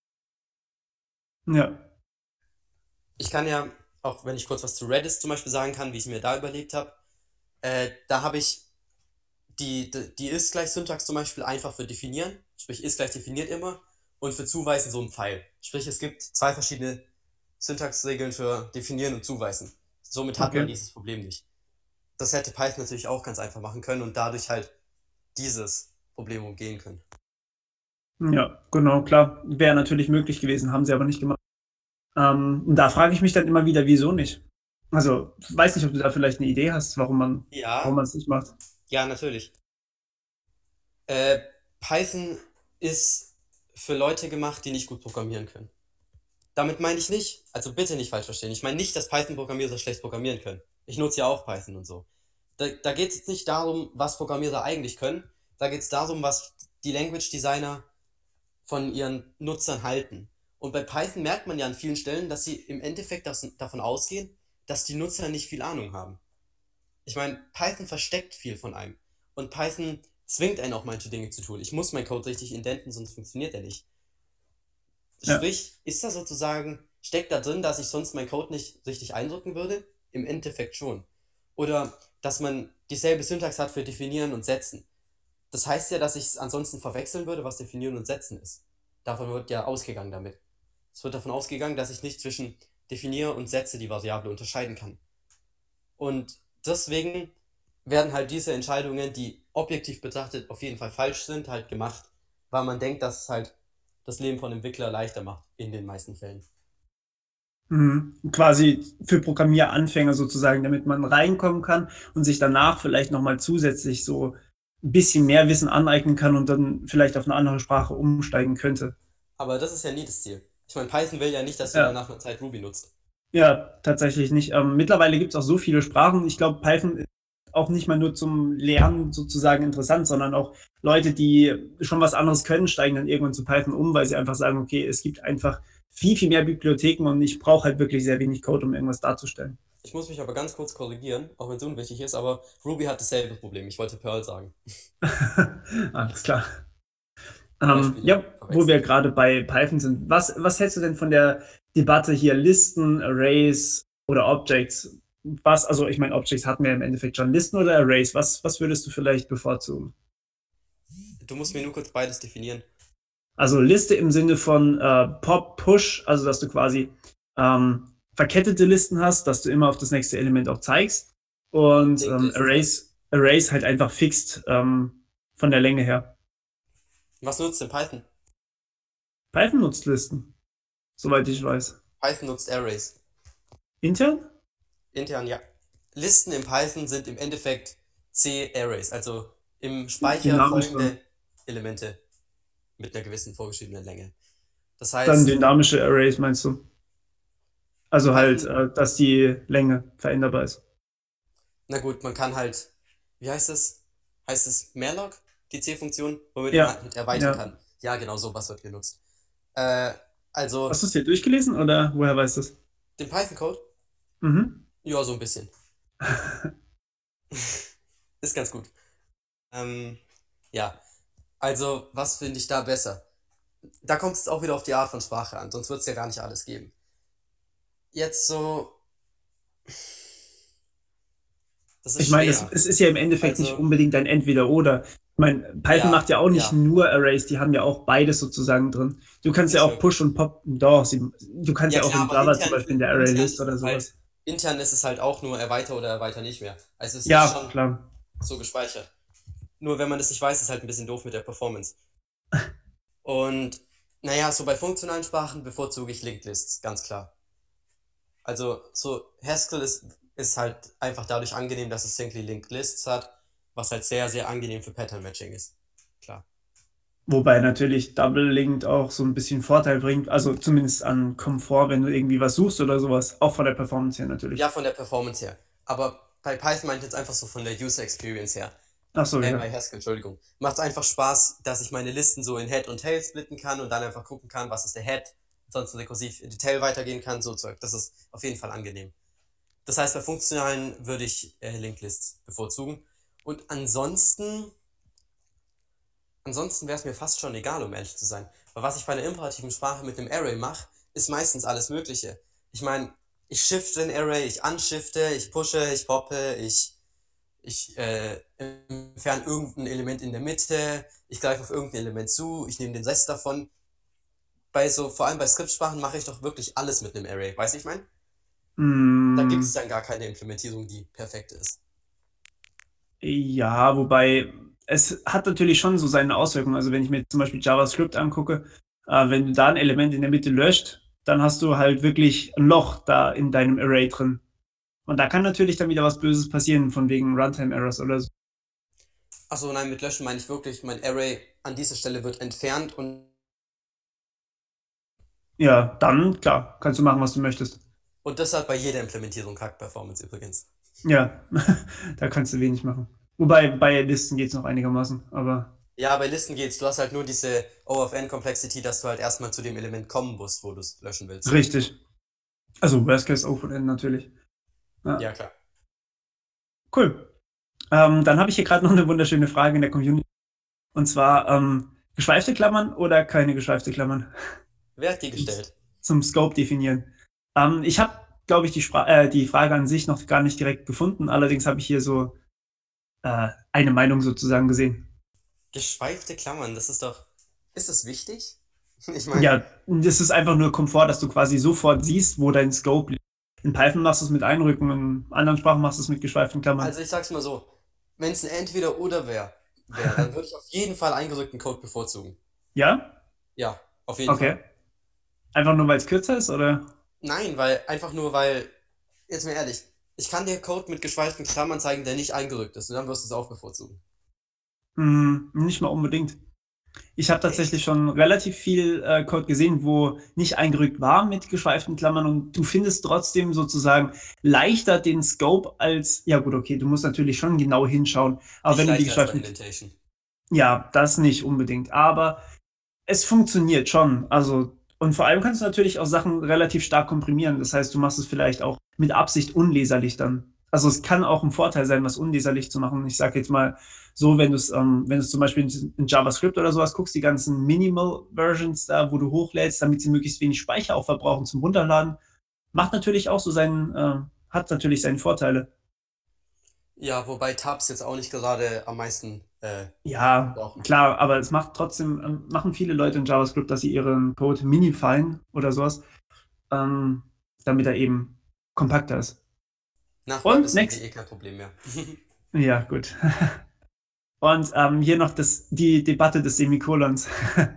Ja,
Ich kann ja, auch wenn ich kurz was zu Redis zum Beispiel sagen kann, wie ich es mir da überlegt habe, da habe ich die ist-gleich-Syntax zum Beispiel einfach für definieren, sprich ist-gleich definiert immer, und für zuweisen so ein Pfeil. Sprich, es gibt zwei verschiedene Syntaxregeln für definieren und zuweisen. Somit hat man
okay.
dieses Problem nicht. Das hätte Python natürlich auch ganz einfach machen können und dadurch halt dieses Problem umgehen können.
Ja, genau, klar. Wäre natürlich möglich gewesen, haben sie aber nicht gemacht. Und da frage ich mich dann immer wieder, wieso nicht? Also, weiß nicht, ob du da vielleicht eine Idee hast, warum
Ja,
man es nicht macht.
ja, natürlich. Äh, Python ist für Leute gemacht, die nicht gut programmieren können. Damit meine ich nicht, also bitte nicht falsch verstehen, ich meine nicht, dass Python-Programmierer schlecht programmieren können. Ich nutze ja auch Python und so. Da geht es jetzt nicht darum, was Programmierer eigentlich können. Da geht es darum, was die Language Designer von ihren Nutzern halten. Und bei Python merkt man ja an vielen Stellen, dass sie im Endeffekt davon ausgehen, dass die Nutzer nicht viel Ahnung haben. Ich meine, Python versteckt viel von einem. Und Python zwingt einen auch manche Dinge zu tun. Ich muss meinen Code richtig indenten, sonst funktioniert er nicht.
Ja,
Sprich, ist da sozusagen, steckt da drin, dass ich sonst meinen Code nicht richtig eindrücken würde? Im Endeffekt schon. Oder dass man dieselbe Syntax hat für definieren und setzen. Das heißt ja, dass ich es ansonsten verwechseln würde, was definieren und setzen ist. Davon wird ja ausgegangen damit. Es wird davon ausgegangen, dass ich nicht zwischen definiere und setze die Variable unterscheiden kann. Und deswegen werden halt diese Entscheidungen, die objektiv betrachtet auf jeden Fall falsch sind, halt gemacht, weil man denkt, dass es halt das Leben von Entwickler leichter macht, in den meisten Fällen.
quasi für Programmieranfänger sozusagen, damit man reinkommen kann und sich danach vielleicht nochmal zusätzlich so ein bisschen mehr Wissen aneignen kann und dann vielleicht auf eine andere Sprache umsteigen könnte.
Aber das ist ja nie das Ziel. Ich meine, Python will ja nicht, dass du dann
Ja,
nach einer Zeit Ruby nutzt.
ja, tatsächlich nicht. Mittlerweile gibt es auch so viele Sprachen. Ich glaube, Python ist auch nicht mal nur zum Lernen sozusagen interessant, sondern auch Leute, die schon was anderes können, steigen dann irgendwann zu Python um, weil sie einfach sagen, okay, es gibt einfach viel, viel mehr Bibliotheken und ich brauche halt wirklich sehr wenig Code, um irgendwas darzustellen.
Ich muss mich aber ganz kurz korrigieren, auch wenn es unwichtig ist, aber Ruby hat dasselbe Problem. Ich wollte Perl sagen.
Alles klar.
Beispiele
Ja, wo wir
verwechselt.
gerade bei Python sind, was hältst du denn von der Debatte hier Listen, Arrays oder Objects? Also ich meine, Objects hatten wir im Endeffekt schon. Listen oder Arrays? Was würdest du vielleicht bevorzugen?
Du musst mir nur kurz beides definieren.
Also Liste im Sinne von Pop, Push, also dass du quasi verkettete Listen hast, dass du immer auf das nächste Element auch zeigst. Und
Linked Listen.
Arrays halt einfach fixt von der Länge her.
Was nutzt denn Python?
Python nutzt Listen, soweit ich weiß.
Python nutzt Arrays.
Intern?
Intern, ja. Listen in Python sind im Endeffekt C-Arrays, also im Speicher
Dynamische.
folgende Elemente mit einer gewissen vorgeschriebenen Länge. Das
Dann
heißt,
dynamische Arrays meinst du? Also halt,
Python,
dass die Länge veränderbar ist.
na gut, man kann halt, wie heißt es? Heißt es Malloc, die C-Funktion, womit man
Ja,
halt erweitern
ja.
kann. Ja, genau, sowas wird genutzt. Äh, also,
Hast du es hier durchgelesen oder woher weißt du es?
den Python-Code?
Mhm.
Ja, so ein bisschen. Ist ganz gut. Ähm, Ja, also was finde ich da besser? Da kommt es auch wieder auf die Art von Sprache an, sonst wird es ja gar nicht alles geben. Jetzt so, das ist
Ich meine, es,
schwer.
es ist ja im Endeffekt nicht
Also,
unbedingt ein Entweder-Oder. Ich meine, Python macht
ja,
ja auch nicht
ja,
nur Arrays, die haben ja auch beides sozusagen drin. Du kannst ja
nicht
auch Push
wirklich.
und Pop, doch, du kannst
Ja
ja auch
klar,
in
aber
Java zum Beispiel in der Array-List oder sowas.
intern ist es halt auch nur erweiter oder erweiter nicht mehr. Also es ist
Ja,
schon
klar.
so gespeichert. Nur wenn man das nicht weiß, ist es halt ein bisschen doof mit der Performance. Und naja, so bei funktionalen Sprachen bevorzuge ich Linked Lists, ganz klar. Also so Haskell ist halt einfach dadurch angenehm, dass es Simply Linked Lists hat, was halt sehr, sehr angenehm für Pattern Matching ist. Klar.
Wobei natürlich Double Linked auch so ein bisschen Vorteil bringt, also zumindest an Komfort, wenn du irgendwie was suchst oder sowas, auch von der Performance her
Ja,
natürlich.
von der Performance her. Aber bei Python meint jetzt einfach so von der User Experience her.
Ach so, ja.
Bei Haskell, Entschuldigung. Macht es einfach Spaß, dass ich meine Listen so in Head und Tail splitten kann und dann einfach gucken kann, was ist der Head, sonst rekursiv in Detail weitergehen kann, so Zeug. Das ist auf jeden Fall angenehm. Das heißt, bei funktionalen würde ich Linked Lists bevorzugen. Und ansonsten wäre es mir fast schon egal, um ehrlich zu sein. Weil was ich bei einer imperativen Sprache mit einem Array mache, ist meistens alles Mögliche. Ich meine, ich shifte ein Array, ich unshifte, ich pushe, ich poppe, ich entferne irgendein Element in der Mitte, ich greife auf irgendein Element zu, ich nehme den Rest davon. Vor allem bei Skriptsprachen mache ich doch wirklich alles mit einem Array. Weißt du, ich meine? Da gibt es
Mm,
dann gar keine Implementierung, die perfekt ist.
ja, wobei es hat natürlich schon so seine Auswirkungen. Also wenn ich mir zum Beispiel JavaScript angucke, wenn du da ein Element in der Mitte löscht, dann hast du halt wirklich ein Loch da in deinem Array drin. Und da kann natürlich dann wieder was Böses passieren, von wegen Runtime-Errors oder so.
Achso, nein, mit Löschen meine ich wirklich, mein Array an dieser Stelle wird entfernt
Ja, dann, klar, kannst du machen, was du möchtest.
und das hat bei jeder Implementierung Kack-Performance übrigens.
Ja, da kannst du wenig machen. Wobei bei Listen geht es noch einigermaßen, aber
Ja, bei Listen geht's. Du hast halt nur diese O of N Complexity, dass du halt erstmal zu dem Element kommen musst, wo du es löschen willst.
richtig. Also Worst Case Open End natürlich. Ja,
Ja, klar.
cool. Dann habe ich hier gerade noch eine wunderschöne Frage in der Community. Und zwar geschweifte Klammern oder keine geschweifte Klammern
Wer hat die gestellt?
zum Scope definieren. Ich habe, glaube ich, die Frage an sich noch gar nicht direkt gefunden. Allerdings habe ich hier so eine Meinung sozusagen gesehen.
Geschweifte Klammern, das ist doch. Ist das wichtig? Ich meine,
Ja, das ist einfach nur Komfort, dass du quasi sofort siehst, wo dein Scope liegt. In Python machst du es mit Einrücken, in anderen Sprachen machst du es mit geschweiften Klammern.
also ich sag's mal so, wenn es ein Entweder-Oder wäre, dann würde ich auf jeden Fall eingerückten Code bevorzugen.
Ja?
Ja, auf jeden Fall.
Okay. Einfach nur, weil es kürzer ist, oder?
Nein, jetzt mal ehrlich, ich kann dir Code mit geschweiften Klammern zeigen, der nicht eingerückt ist, und dann wirst du es auch bevorzugen.
Nicht mal unbedingt. Ich habe tatsächlich
Echt?
schon relativ viel Code gesehen, wo nicht eingerückt war mit geschweiften Klammern und du findest trotzdem sozusagen leichter den Scope als, ja gut, okay, du musst natürlich schon genau hinschauen, aber
Nicht
wenn du die
leichter als bei
geschweiften,
Indentation.
ja, das nicht unbedingt, aber es funktioniert schon. Also, und vor allem kannst du natürlich auch Sachen relativ stark komprimieren. Das heißt, du machst es vielleicht auch mit Absicht unleserlich dann. Also es kann auch ein Vorteil sein, was unleserlich zu machen. Ich sage jetzt mal so, wenn du zum Beispiel in JavaScript oder sowas guckst, die ganzen Minimal-Versions da, wo du hochlädst, damit sie möglichst wenig Speicher auch verbrauchen zum Runterladen, macht natürlich auch so hat natürlich seine Vorteile.
Ja, wobei Tabs jetzt auch nicht gerade am meisten
Ja,
brauchen.
klar, aber es macht trotzdem, machen viele Leute in JavaScript, dass sie ihren Code minifilen oder sowas, ähm, damit er eben kompakter ist.
Nach Web
Und
ist irgendwie
next,
eh kein Problem mehr.
ja, gut. Und hier noch die Debatte des Semikolons.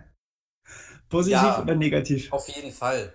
Positiv oder
Ja,
negativ?
auf jeden Fall.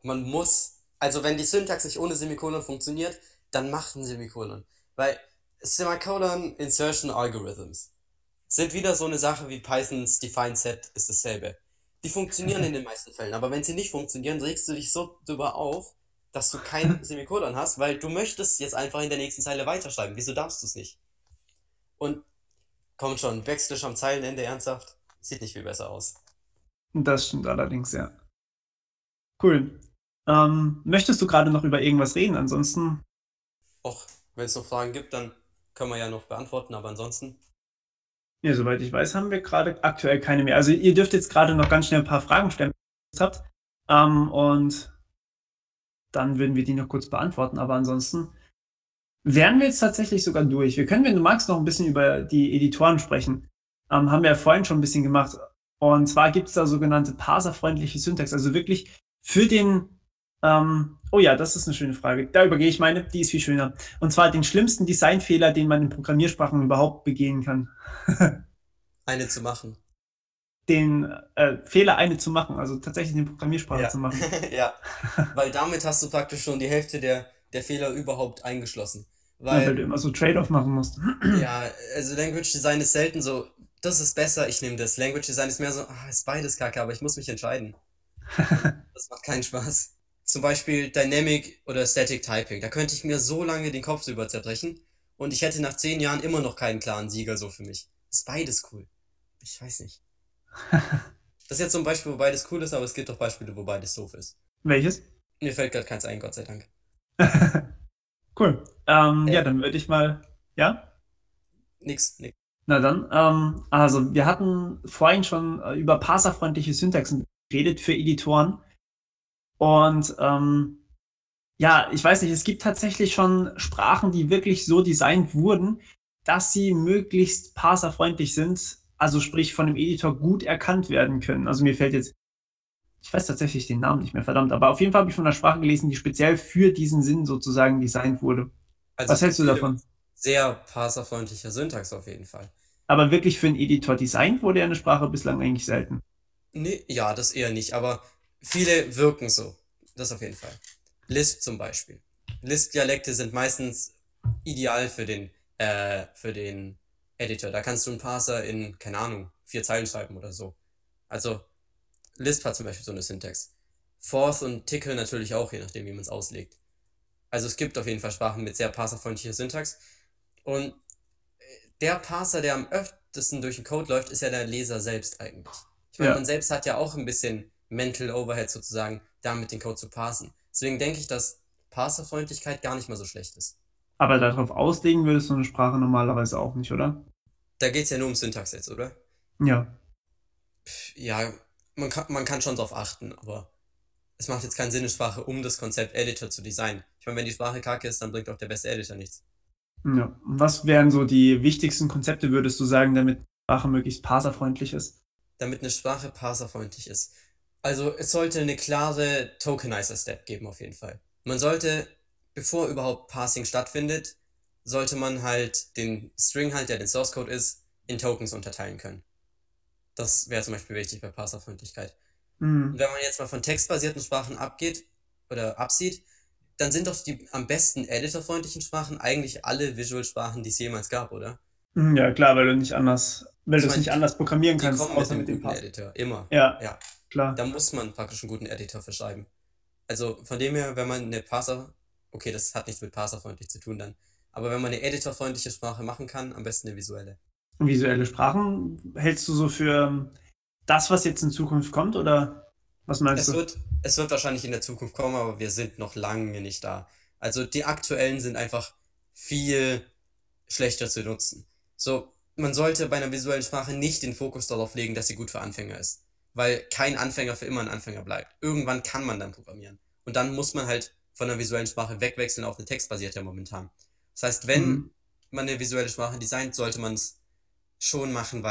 Also wenn die Syntax nicht ohne Semikolon funktioniert, dann macht ein Semikolon. Weil Semikolon Insertion Algorithms sind wieder so eine Sache wie Pythons Define Set ist dasselbe. Die funktionieren in den meisten Fällen, aber wenn sie nicht funktionieren, regst du dich so drüber auf, dass du kein Semikolon hast, weil du möchtest jetzt einfach in der nächsten Zeile weiterschreiben. Wieso darfst du es nicht? Und kommt schon, Backslash am Zeilenende ernsthaft? Sieht nicht viel besser aus.
Das stimmt allerdings, ja. Cool. Möchtest du gerade noch über irgendwas reden? Ansonsten,
Och, wenn es noch Fragen gibt, dann können wir ja noch beantworten, aber ansonsten.
Ja, soweit ich weiß, haben wir gerade aktuell keine mehr. Also ihr dürft jetzt gerade noch ganz schnell ein paar Fragen stellen, wenn ihr Lust habt. Und dann würden wir die noch kurz beantworten. Aber ansonsten wären wir jetzt tatsächlich sogar durch. Wir können, wenn du magst, noch ein bisschen über die Editoren sprechen. Haben wir ja vorhin schon ein bisschen gemacht. Und zwar gibt es da sogenannte parserfreundliche Syntax. Also wirklich für den, oh ja, das ist eine schöne Frage. Da übergehe ich meine, die ist viel schöner. Und zwar den schlimmsten Designfehler, den man in Programmiersprachen überhaupt begehen kann.
Eine zu machen.
Den Fehler, eine zu machen, also tatsächlich eine Programmiersprache
Ja,
zu machen.
ja. Weil damit hast du praktisch schon die Hälfte der Fehler überhaupt eingeschlossen.
Ja, weil
Weil,
du immer so Trade-off machen musst.
ja, also Language Design ist selten so, das ist besser, ich nehme das. Language Design ist mehr so, ist beides kacke, aber ich muss mich entscheiden. Und das macht keinen Spaß. Zum Beispiel Dynamic oder Static Typing. Da könnte ich mir so lange den Kopf drüber zerbrechen und ich hätte nach 10 Jahren immer noch keinen klaren Sieger so für mich. Ist beides cool. Ich weiß nicht. Das ist jetzt so ein Beispiel, wo beides cool ist, aber es gibt auch Beispiele, wo beides doof ist.
Welches?
Mir fällt gerade keins ein, Gott sei Dank.
Cool. Ja,
Äh,
dann würde ich mal, ja?
nix.
Na dann, also wir hatten vorhin schon über parserfreundliche Syntaxen geredet für Editoren. Und ja, ich weiß nicht, es gibt tatsächlich schon Sprachen, die wirklich so designt wurden, dass sie möglichst parserfreundlich sind, also sprich von dem Editor gut erkannt werden können. Also mir fällt jetzt, ich weiß tatsächlich den Namen nicht mehr, verdammt, aber auf jeden Fall habe ich von einer Sprache gelesen, die speziell für diesen Sinn sozusagen designt wurde.
Also
Was
es gibt
hältst du
viele mit
davon?
sehr parserfreundlicher Syntax auf jeden Fall.
Aber wirklich für einen Editor designt wurde ja eine Sprache bislang eigentlich selten.
Nee, ja, das eher nicht, aber viele wirken so. Das auf jeden Fall. Lisp zum Beispiel. Lisp-Dialekte sind meistens ideal für den Editor. Da kannst du einen Parser in, keine Ahnung, 4 Zeilen schreiben oder so. Also Lisp hat zum Beispiel so eine Syntax. Forth und Tickle natürlich auch, je nachdem, wie man es auslegt. Also es gibt auf jeden Fall Sprachen mit sehr parserfreundlicher Syntax. Und der Parser, der am öftesten durch den Code läuft, ist ja der Leser selbst eigentlich. Ich meine, man
Ja,
selbst hat ja auch ein bisschen Mental Overhead sozusagen, damit den Code zu parsen. Deswegen denke ich, dass Parserfreundlichkeit gar nicht mal so schlecht ist.
aber darauf auslegen würdest du eine Sprache normalerweise auch nicht, oder?
Da geht es ja nur um Syntax jetzt, oder?
Ja.
Ja, man kann schon drauf achten, aber es macht jetzt keinen Sinn, eine Sprache um das Konzept Editor zu designen. Ich meine, wenn die Sprache kacke ist, dann bringt auch der beste Editor nichts.
Ja. Was wären so die wichtigsten Konzepte, würdest du sagen, damit die Sprache möglichst parserfreundlich ist?
Damit eine Sprache parserfreundlich ist. Also es sollte eine klare Tokenizer-Step geben auf jeden Fall. Man sollte, bevor überhaupt Parsing stattfindet, sollte man halt den String halt, der den Source Code ist, in Tokens unterteilen können. Das wäre zum Beispiel wichtig bei Parserfreundlichkeit. Und
Hm.
wenn man jetzt mal von textbasierten Sprachen abgeht oder absieht, dann sind doch die am besten editorfreundlichen Sprachen eigentlich alle Visual-Sprachen, die es jemals gab, oder?
Ja, klar, weil du
Ich
es
meine,
nicht anders programmieren
die
kannst,
kommen mit
außer
einem
mit dem
guten
Parser.
Editor, immer.
Ja,
Ja. Da
klar.
muss man praktisch einen guten Editor für schreiben. Also von dem her, wenn man eine Parser, okay, das hat nichts mit parserfreundlich zu tun dann, aber wenn man eine editorfreundliche Sprache machen kann, am besten eine visuelle.
Visuelle Sprachen hältst du so für das, was jetzt in Zukunft kommt, oder was meinst du?
Es wird wahrscheinlich in der Zukunft kommen, aber wir sind noch lange nicht da. Also die aktuellen sind einfach viel schlechter zu nutzen. So, man sollte bei einer visuellen Sprache nicht den Fokus darauf legen, dass sie gut für Anfänger ist. Weil kein Anfänger für immer ein Anfänger bleibt. Irgendwann kann man dann programmieren. Und dann muss man halt von einer visuellen Sprache wegwechseln auf eine textbasierte momentan. Das heißt, wenn
Mhm.
man eine visuelle Sprache designt, sollte man es schon machen,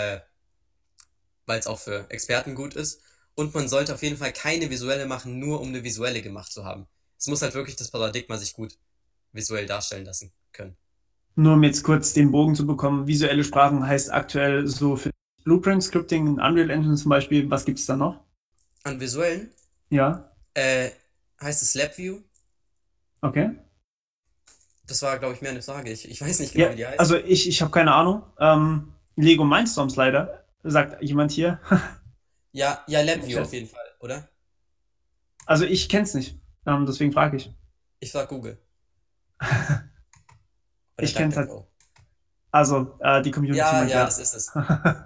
weil es auch für Experten gut ist. Und man sollte auf jeden Fall keine visuelle machen, nur um eine visuelle gemacht zu haben. Es muss halt wirklich das Paradigma sich gut visuell darstellen lassen können.
Nur um jetzt kurz den Bogen zu bekommen, visuelle Sprachen heißt aktuell so für Blueprint Scripting, in Unreal Engine zum Beispiel, was gibt es da noch?
An visuellen
Ja,
äh, heißt es LabVIEW.
okay.
Das war, glaube ich, mehr eine Frage. Ich weiß nicht genau,
Ja,
wie die heißt.
also ich habe keine Ahnung. Lego Mindstorms leider, sagt jemand hier.
Ja, ja,
Im
LabVIEW auf
Chat.
jeden Fall, oder?
Also ich kenne es nicht. Deswegen frage ich.
Ich frag Google. Oder
Ich kenne es halt.
DuckDuckGo.
Also die Community
Ja,
meint
ja,
ja.
das ist es.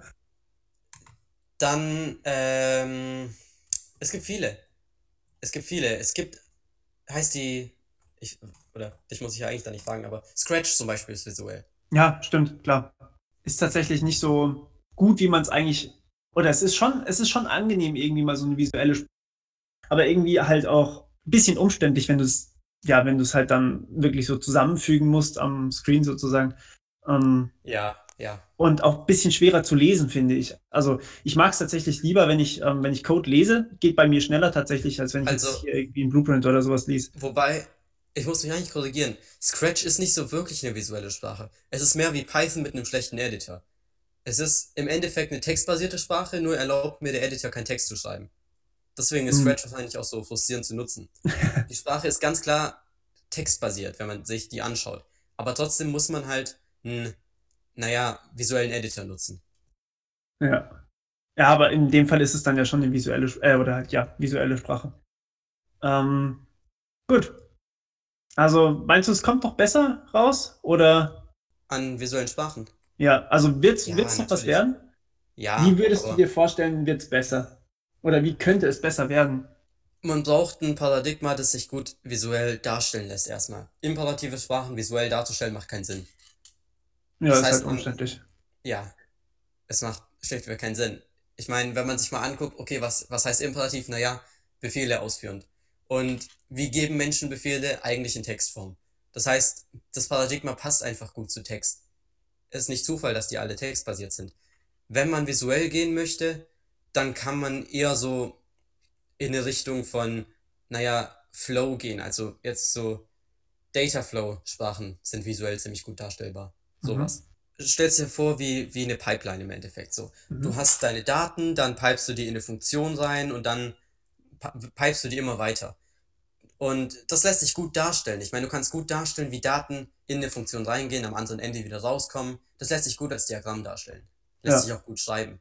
Dann, es gibt viele. Es gibt viele. Es gibt, heißt die, ich, oder dich muss ich ja eigentlich da nicht fragen, aber Scratch zum Beispiel ist visuell.
Ja, stimmt, klar. ist tatsächlich nicht so gut, wie man es eigentlich, oder es ist schon angenehm, irgendwie mal so eine visuelle, aber irgendwie halt auch ein bisschen umständlich, wenn du es halt dann wirklich so zusammenfügen musst am Screen sozusagen. Ähm,
Ja, ja.
und auch ein bisschen schwerer zu lesen, finde ich. Also ich mag es tatsächlich lieber, wenn ich Code lese, geht bei mir schneller tatsächlich, als wenn ich jetzt
Also,
hier irgendwie ein Blueprint oder sowas lese.
wobei, ich muss mich eigentlich korrigieren. Scratch ist nicht so wirklich eine visuelle Sprache. Es ist mehr wie Python mit einem schlechten Editor. Es ist im Endeffekt eine textbasierte Sprache, nur erlaubt mir der Editor keinen Text zu schreiben. Deswegen ist
Hm.
Scratch wahrscheinlich auch so frustrierend zu nutzen. Die Sprache ist ganz klar textbasiert, wenn man sich die anschaut. Aber trotzdem muss man halt einen, naja, visuellen Editor nutzen.
Ja. Ja, aber in dem Fall ist es dann ja schon eine oder halt, ja, visuelle Sprache. Ähm, gut. Also meinst du, es kommt noch besser raus? Oder
An visuellen Sprachen.
ja, also wird's,
Ja,
wird's noch was
natürlich.
werden? Wie
Ja,
würdest du
aber
dir vorstellen, wird's besser? Oder wie könnte es besser werden?
man braucht ein Paradigma, das sich gut visuell darstellen lässt erstmal. Imperative Sprachen visuell darzustellen macht keinen Sinn.
Ja,
Das
ist halt
heißt, man,
umständlich.
ja, es macht schlichtweg keinen Sinn. Ich meine, wenn man sich mal anguckt, okay, was heißt Imperativ? Naja, Befehle ausführen. Und wie geben Menschen Befehle eigentlich in Textform? Das heißt, das Paradigma passt einfach gut zu Text. Es ist nicht Zufall, dass die alle textbasiert sind. Wenn man visuell gehen möchte, dann kann man eher so in eine Richtung von, naja, Flow gehen. Also jetzt so Data Flow Sprachen sind visuell ziemlich gut darstellbar.
Mhm.
Sowas. Stellst dir vor, wie eine Pipeline im Endeffekt so. Du
Mhm.
hast deine Daten, dann pipest du die in eine Funktion rein und dann pipest du die immer weiter. Und das lässt sich gut darstellen. Ich meine, du kannst gut darstellen, wie Daten in eine Funktion reingehen, am anderen Ende wieder rauskommen. Das lässt sich gut als Diagramm darstellen. Lässt sich
Ja.
auch gut schreiben.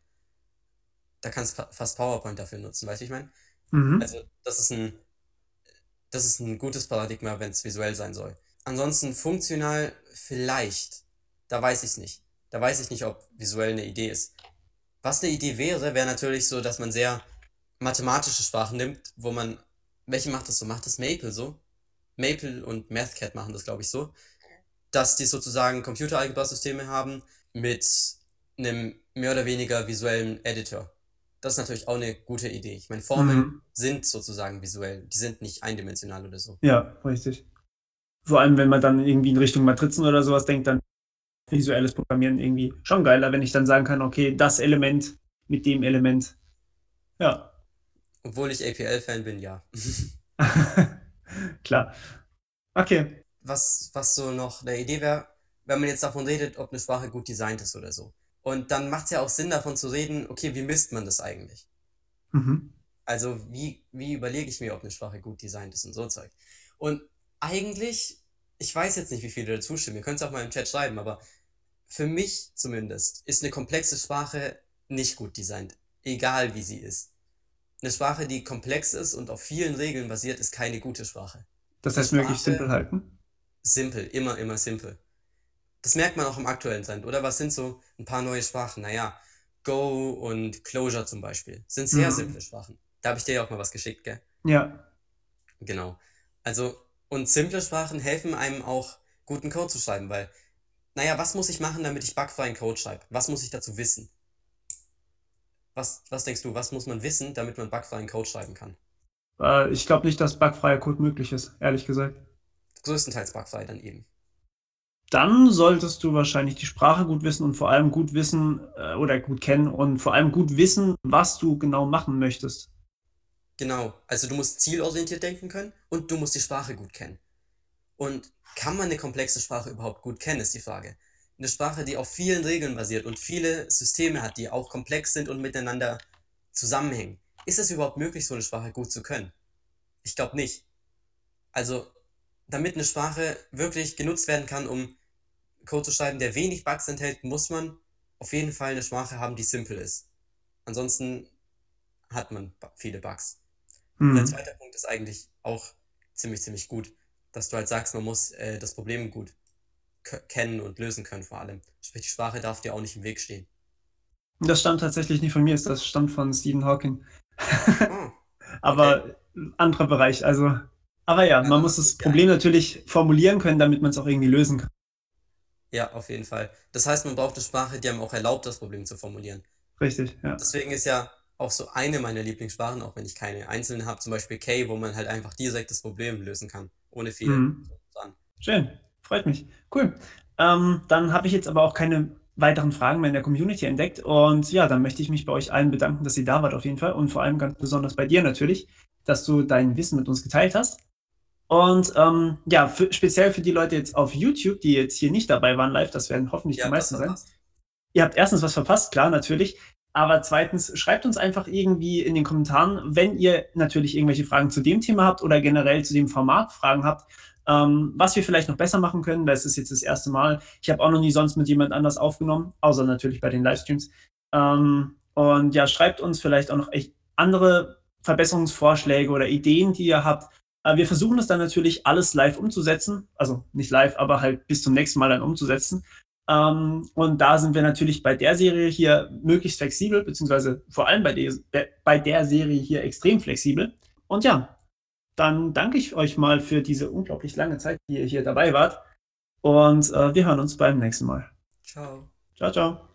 Da kannst du fast PowerPoint dafür nutzen, weißt du, ich meine?
Mhm.
Also, das ist ein gutes Paradigma, wenn es visuell sein soll. Ansonsten funktional vielleicht. Da weiß ich es nicht. Da weiß ich nicht, ob visuell eine Idee ist. Was eine Idee wäre, wäre natürlich so, dass man sehr mathematische Sprachen nimmt, wo man. Welche macht das so? Macht das Maple so? Maple und MathCAD machen das, glaube ich, so. Dass die sozusagen Computeralgebra-Systeme haben mit einem mehr oder weniger visuellen Editor. Das ist natürlich auch eine gute Idee. Ich meine, Formeln
Mhm.
sind sozusagen visuell. Die sind nicht eindimensional oder so.
Ja, richtig. Vor allem, wenn man dann irgendwie in Richtung Matrizen oder sowas denkt, dann visuelles Programmieren irgendwie schon geiler, wenn ich dann sagen kann, okay, das Element mit dem Element. Ja,
Obwohl ich APL-Fan bin, ja.
klar. Okay.
Was so noch eine Idee wäre, wenn man jetzt davon redet, ob eine Sprache gut designt ist oder so. Und dann macht es ja auch Sinn, davon zu reden, okay, wie misst man das eigentlich?
Mhm.
Also, wie überlege ich mir, ob eine Sprache gut designt ist und so Zeug. Und eigentlich, ich weiß jetzt nicht, wie viele dazu stimmen, ihr könnt es auch mal im Chat schreiben, aber für mich zumindest ist eine komplexe Sprache nicht gut designt, egal wie sie ist. Eine Sprache, die komplex ist und auf vielen Regeln basiert, ist keine gute Sprache.
Das
Eine
heißt möglichst
Sprache,
simpel halten.
simpel, immer, immer simpel. Das merkt man auch im aktuellen Trend, oder? Was sind so ein paar neue Sprachen? Naja, Go und Clojure zum Beispiel sind sehr
Mhm.
simple Sprachen. Da habe ich dir ja auch mal was geschickt, gell?
Ja,
Genau. Also, und simple Sprachen helfen einem auch, guten Code zu schreiben, weil, naja, was muss ich machen, damit ich bugfreien Code schreibe? Was muss ich dazu wissen? Was denkst du, was muss man wissen, damit man bugfreien Code schreiben kann?
ich glaube nicht, dass bugfreier Code möglich ist, ehrlich gesagt.
Größtenteils bugfrei dann eben.
Dann solltest du wahrscheinlich die Sprache gut wissen und vor allem gut wissen oder gut kennen und vor allem gut wissen, was du genau machen möchtest.
Genau. Also du musst zielorientiert denken können und du musst die Sprache gut kennen. Und kann man eine komplexe Sprache überhaupt gut kennen, ist die Frage. Eine Sprache, die auf vielen Regeln basiert und viele Systeme hat, die auch komplex sind und miteinander zusammenhängen. Ist es überhaupt möglich, so eine Sprache gut zu können? Ich glaube nicht. Also, damit eine Sprache wirklich genutzt werden kann, um Code zu schreiben, der wenig Bugs enthält, muss man auf jeden Fall eine Sprache haben, die simpel ist. Ansonsten hat man viele Bugs. Und dein
Hm.
zweiter Punkt ist eigentlich auch ziemlich, ziemlich gut, dass du halt sagst, man muss das Problem gut kennen und lösen können vor allem. Sprich, die Sprache darf dir auch nicht im Weg stehen.
Das stammt tatsächlich nicht von mir, das stammt von Stephen Hawking.
Oh, okay.
Aber anderer Bereich. Also, aber ja,
Ja,
man
dann
muss
hast du
das
es
Problem
geeinigt.
natürlich formulieren können, damit man es auch irgendwie lösen kann.
Ja, auf jeden Fall. Das heißt, man braucht eine Sprache, die einem auch erlaubt, das Problem zu formulieren.
Richtig, ja.
Deswegen ist ja auch so eine meiner Lieblingssprachen, auch wenn ich keine einzelnen habe, zum Beispiel K, wo man halt einfach direkt das Problem lösen kann, ohne viel
Mhm.
zu sagen.
Schön, freut mich. Cool. Dann habe ich jetzt aber auch keine weiteren Fragen mehr in der Community entdeckt und ja, dann möchte ich mich bei euch allen bedanken, dass ihr da wart auf jeden Fall und vor allem ganz besonders bei dir natürlich, dass du dein Wissen mit uns geteilt hast. Und ja, speziell für die Leute jetzt auf YouTube, die jetzt hier nicht dabei waren live, das werden hoffentlich
Ihr
die
habt was
meisten sein.
verpasst.
Ihr habt erstens was verpasst, klar, natürlich. Aber zweitens, schreibt uns einfach irgendwie in den Kommentaren, wenn ihr natürlich irgendwelche Fragen zu dem Thema habt oder generell zu dem Format Fragen habt, was wir vielleicht noch besser machen können. Das ist jetzt das erste Mal. Ich habe auch noch nie sonst mit jemand anders aufgenommen, außer natürlich bei den Livestreams. Und ja, schreibt uns vielleicht auch noch echt andere Verbesserungsvorschläge oder Ideen, die ihr habt. Wir versuchen es dann natürlich alles live umzusetzen. Also nicht live, aber halt bis zum nächsten Mal dann umzusetzen. Und da sind wir natürlich bei der Serie hier möglichst flexibel, beziehungsweise vor allem bei der Serie hier extrem flexibel. Und ja, dann danke ich euch mal für diese unglaublich lange Zeit, die ihr hier dabei wart. Und wir hören uns beim nächsten Mal.
Ciao.
Ciao, ciao.